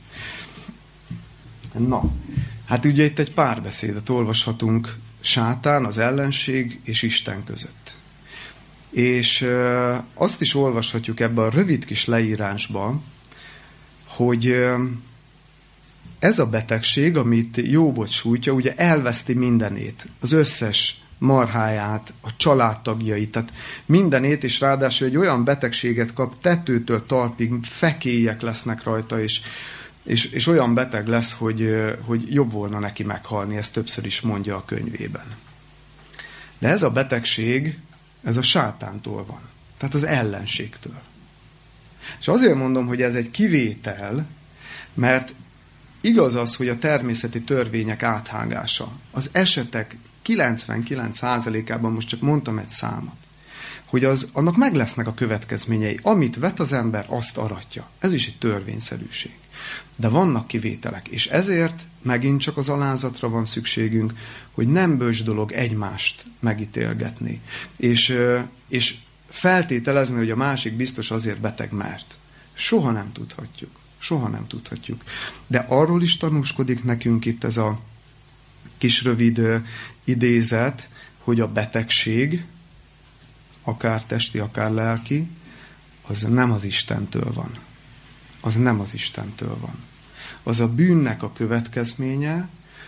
Na, hát ugye itt egy párbeszédet olvashatunk sátán, az ellenség és Isten között. És azt is olvashatjuk ebben a rövid kis leírásban, hogy ez a betegség, amit Jobbot sújtja, ugye elveszti mindenét, az összes marháját, a családtagjait, tehát mindenét, és ráadásul egy olyan betegséget kap, tetőtől talpig fekélyek lesznek rajta, és olyan beteg lesz, hogy jobb volna neki meghalni, ezt többször is mondja a könyvében. De ez a betegség, ez a sátántól van, tehát az ellenségtől. És azért mondom, hogy ez egy kivétel, mert igaz az, hogy a természeti törvények áthágása, az esetek 99%-ában, most csak mondtam egy számot, hogy annak meg lesznek a következményei. Amit vet az ember, azt aratja. Ez is egy törvényszerűség. De vannak kivételek, és ezért megint csak az alázatra van szükségünk, hogy nem bölcs dolog egymást megítélgetni. És feltételezni, hogy a másik biztos azért beteg, mert. Soha nem tudhatjuk. Soha nem tudhatjuk. De arról is tanúskodik nekünk itt ez a kis rövid idézet, hogy a betegség, akár testi, akár lelki, az nem az Istentől van. Az nem az Istentől van. Az a bűnnek a következménye,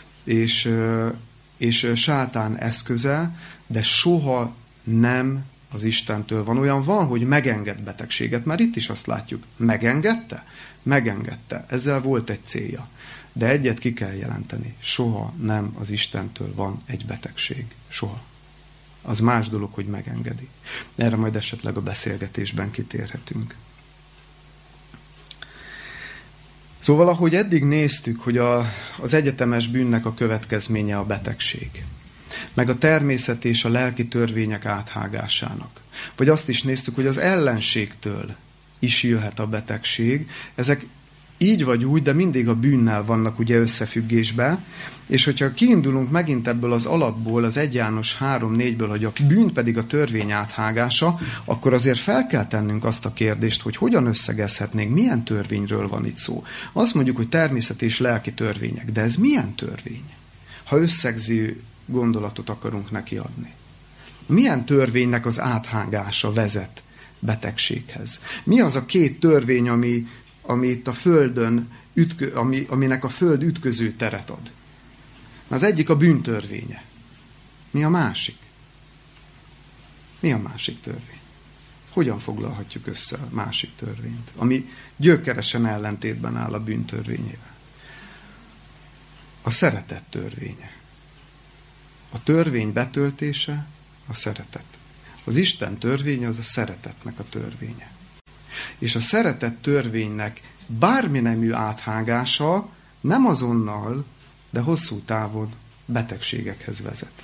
és sátán eszköze, de soha nem az Istentől van. Olyan van, hogy megenged betegséget, már itt is azt látjuk. Megengedte? Megengedte. Ezzel volt egy célja. De egyet ki kell jelenteni. Soha nem az Istentől van egy betegség. Soha. Az más dolog, hogy megengedi. Erre majd esetleg a beszélgetésben kitérhetünk. Szóval, ahogy eddig néztük, hogy az egyetemes bűnnek a következménye a betegség, meg a természet és a lelki törvények áthágásának. Vagy azt is néztük, hogy az ellenségtől is jöhet a betegség. Ezek így vagy úgy, de mindig a bűnnel vannak ugye összefüggésben, és hogyha kiindulunk megint ebből az alapból, az 1 János 3:4-ből, hogy a bűn pedig a törvény áthágása, akkor azért fel kell tennünk azt a kérdést, hogy hogyan összegezhetnénk, milyen törvényről van itt szó. Azt mondjuk, hogy természeti és lelki törvények, de ez milyen törvény? Ha összegző gondolatot akarunk neki adni. Milyen törvénynek az áthágása vezet betegséghez? Mi az a 2 törvény, ami itt a Földön, aminek a Föld ütköző teret ad? Az egyik a bűntörvénye. Mi a másik? Mi a másik törvény? Hogyan foglalhatjuk össze a másik törvényt, ami gyökeresen ellentétben áll a bűntörvényével? A szeretet törvénye. A törvény betöltése a szeretet. Az Isten törvénye az a szeretetnek a törvénye. És a szeretet törvénynek bármi nemű áthágása nem azonnal, de hosszú távon betegségekhez vezet.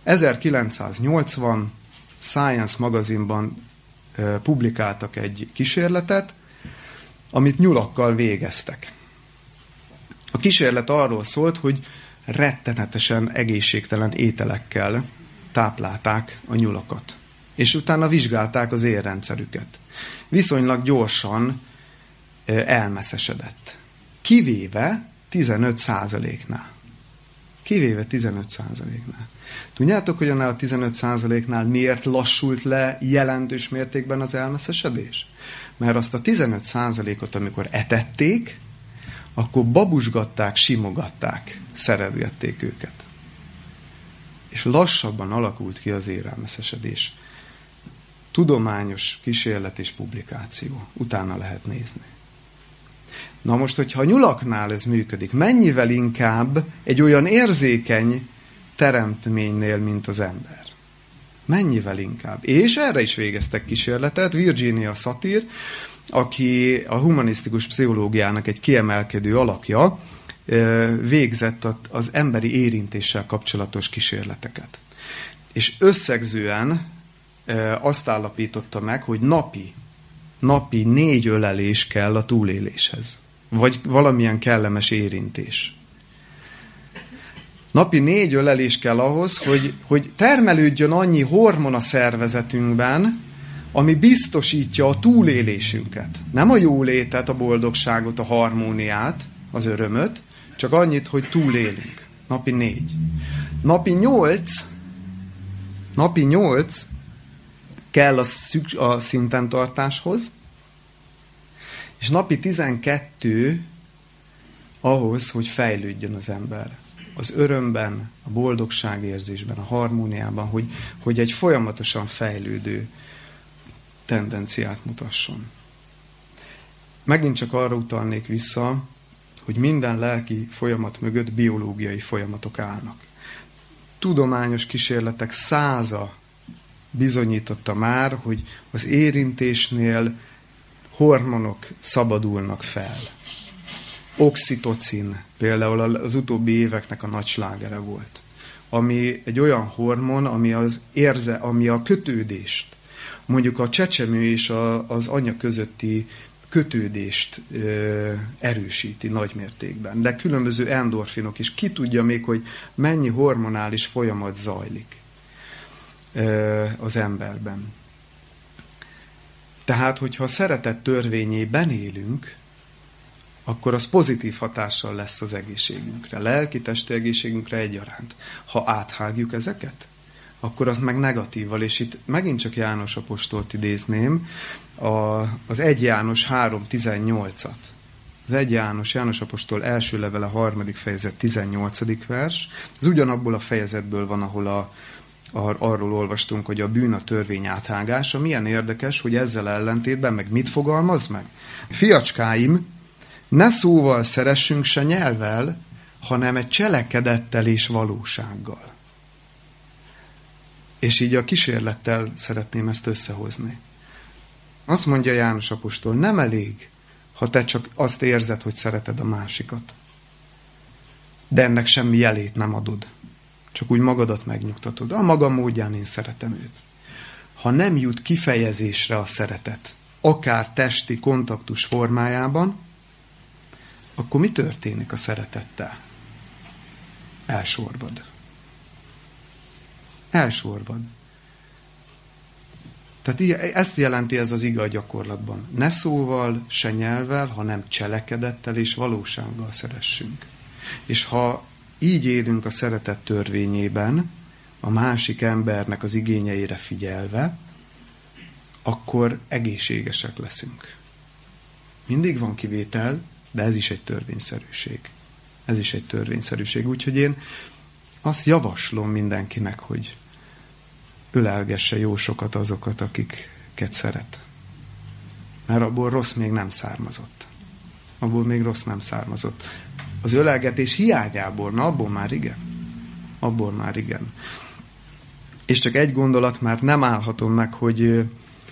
1980 Science magazinban publikáltak egy kísérletet, amit nyulakkal végeztek. A kísérlet arról szólt, hogy rettenetesen egészségtelen ételekkel táplálták a nyulakat. És utána vizsgálták az érrendszerüket. Viszonylag gyorsan elmeszesedett. Kivéve 15%-nál. Kivéve 15%-nál. Tudjátok, hogy annál a 15%-nál miért lassult le jelentős mértékben az elmeszesedés? Mert azt a 15%-ot, amikor etették, akkor babusgatták, simogatták, szeretgették őket. És lassabban alakult ki az érelmeszesedés. Tudományos kísérlet és publikáció. Utána lehet nézni. Na most, hogyha a nyulaknál ez működik, mennyivel inkább egy olyan érzékeny teremtménynél, mint az ember? Mennyivel inkább? És erre is végeztek kísérletet. Virginia Satir, aki a humanisztikus pszichológiának egy kiemelkedő alakja, végzett az emberi érintéssel kapcsolatos kísérleteket. És összegzően azt állapította meg, hogy napi 4 ölelés kell a túléléshez. Vagy valamilyen kellemes érintés. Napi 4 ölelés kell ahhoz, hogy termelődjön annyi hormon a szervezetünkben, ami biztosítja a túlélésünket. Nem a jólétet, a boldogságot, a harmóniát, az örömöt, csak annyit, hogy túlélünk. Napi 4. Napi 8 kell a szintentartáshoz, és napi 12 ahhoz, hogy fejlődjön az ember. Az örömben, a boldogságérzésben, a harmóniában, hogy egy folyamatosan fejlődő tendenciát mutasson. Megint csak arra utalnék vissza, hogy minden lelki folyamat mögött biológiai folyamatok állnak. Tudományos kísérletek száza bizonyította már, hogy az érintésnél hormonok szabadulnak fel. Oxitocin például az utóbbi éveknek a nagy slágere volt, ami egy olyan hormon, ami a kötődést, mondjuk a csecsemő és az anya közötti kötődést erősíti nagy mértékben. De különböző endorfinok is. Ki tudja még, hogy mennyi hormonális folyamat zajlik az emberben. Tehát, hogyha a szeretet törvényében élünk, akkor az pozitív hatással lesz az egészségünkre, lelki-testi egészségünkre egyaránt. Ha áthágjuk ezeket, akkor az meg negatívval, és itt megint csak János apostolt idézném, az 1 János 3.18-at. Az 1 János apostol első levele 3. fejezet 18. vers. Ez ugyanabból a fejezetből van, ahol arról olvastunk, hogy a bűn a törvény áthágása. Milyen érdekes, hogy ezzel ellentétben meg mit fogalmaz meg? Fiacskáim, ne szóval szeressünk se nyelvvel, hanem egy cselekedettel és valósággal. És így a kísérlettel szeretném ezt összehozni. Azt mondja János apostol, nem elég, ha te csak azt érzed, hogy szereted a másikat. De ennek semmi jelét nem adod. Csak úgy magadat megnyugtatod. A maga módján én szeretem őt. Ha nem jut kifejezésre a szeretet, akár testi kontaktus formájában, akkor mi történik a szeretettel? Elsorvad. Elsorvad. Tehát ezt jelenti ez az ige a gyakorlatban. Ne szóval, se nyelvvel, hanem cselekedettel és valósággal szeressünk. És ha így élünk a szeretet törvényében, a másik embernek az igényeire figyelve, akkor egészségesek leszünk. Mindig van kivétel, de ez is egy törvényszerűség. Ez is egy törvényszerűség. Úgyhogy én azt javaslom mindenkinek, hogy ölelgesse jó sokat azokat, akiket szeret. Mert abból rossz még nem származott. Abból még rossz nem származott. Az ölelgetés hiányából, na abból már igen. Abból már igen. És csak egy gondolat, mert nem állhatom meg, hogy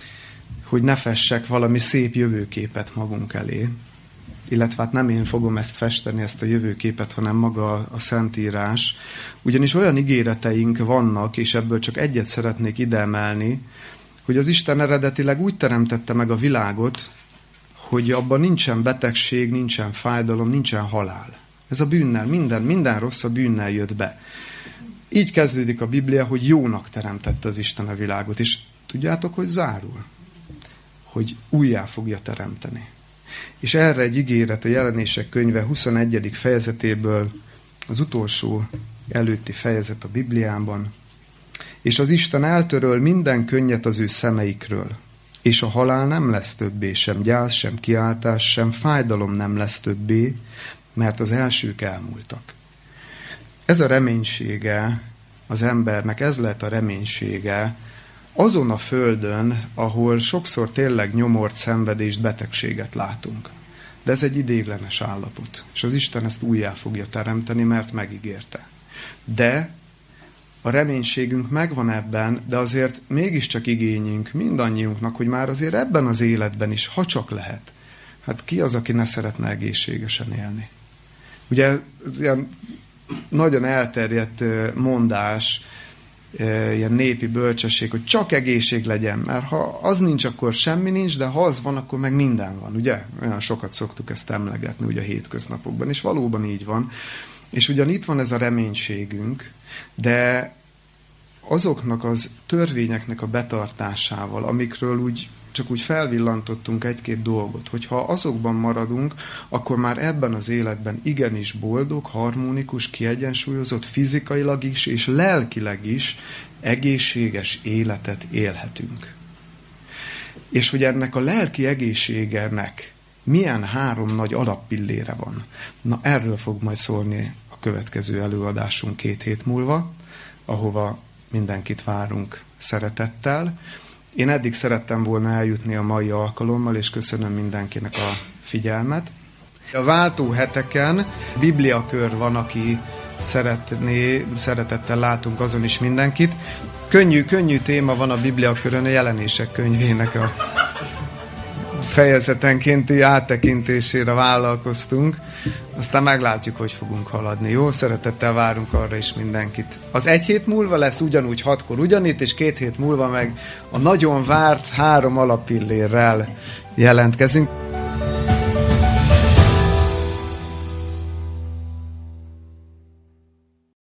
ne fessek valami szép jövőképet magunk elé. Illetve hát nem én fogom ezt festeni, ezt a jövőképet, hanem maga a Szentírás. Ugyanis olyan ígéreteink vannak, és ebből csak egyet szeretnék ide emelni, hogy az Isten eredetileg úgy teremtette meg a világot, hogy abban nincsen betegség, nincsen fájdalom, nincsen halál. Ez a bűnnel, minden rossz a bűnnel jött be. Így kezdődik a Biblia, hogy jónak teremtette az Isten a világot. És tudjátok, hogy zárul? Hogy újjá fogja teremteni. És erre egy ígéret a Jelenések könyve 21. fejezetéből, az utolsó előtti fejezet a Bibliában. És az Isten eltöröl minden könnyet az ő szemeikről, és a halál nem lesz többé, sem gyász, sem kiáltás, sem fájdalom nem lesz többé, mert az elsők elmúltak. Ez a reménysége az embernek, ez lehet a reménysége azon a földön, ahol sokszor tényleg nyomort, szenvedést, betegséget látunk. De ez egy ideiglenes állapot, és az Isten ezt újjá fogja teremteni, mert megígérte. De a reménységünk megvan ebben, de azért mégiscsak igényünk mindannyiunknak, hogy már azért ebben az életben is, ha csak lehet. Hát ki az, aki ne szeretne egészségesen élni? Ugye ez ilyen nagyon elterjedt mondás, ilyen népi bölcsesség, hogy csak egészség legyen, mert ha az nincs, akkor semmi nincs, de ha az van, akkor meg minden van, ugye? Olyan sokat szoktuk ezt emlegetni ugye a hétköznapokban, és valóban így van. És ugyan itt van ez a reménységünk, de azoknak az törvényeknek a betartásával, amikről csak úgy felvillantottunk egy-két dolgot, hogyha azokban maradunk, akkor már ebben az életben igenis boldog, harmonikus, kiegyensúlyozott, fizikailag is és lelkileg is egészséges életet élhetünk. És hogy ennek a lelki egészségnek milyen 3 nagy alappillére van. Na, erről fog majd szólni a következő előadásunk 2 hét múlva, ahova mindenkit várunk szeretettel. Én eddig szerettem volna eljutni a mai alkalommal, és köszönöm mindenkinek a figyelmet. A váltó heteken bibliakör van, aki szeretettel látunk azon is mindenkit. Könnyű téma van a bibliakörön, a Jelenések könyvének a fejezetenkénti áttekintésére vállalkoztunk. Aztán meglátjuk, hogy fogunk haladni. Jó? Szeretettel várunk arra is mindenkit. Az 1 hét múlva lesz ugyanúgy 6-kor ugyanitt, és 2 hét múlva meg a nagyon várt 3 alappillérrel jelentkezünk.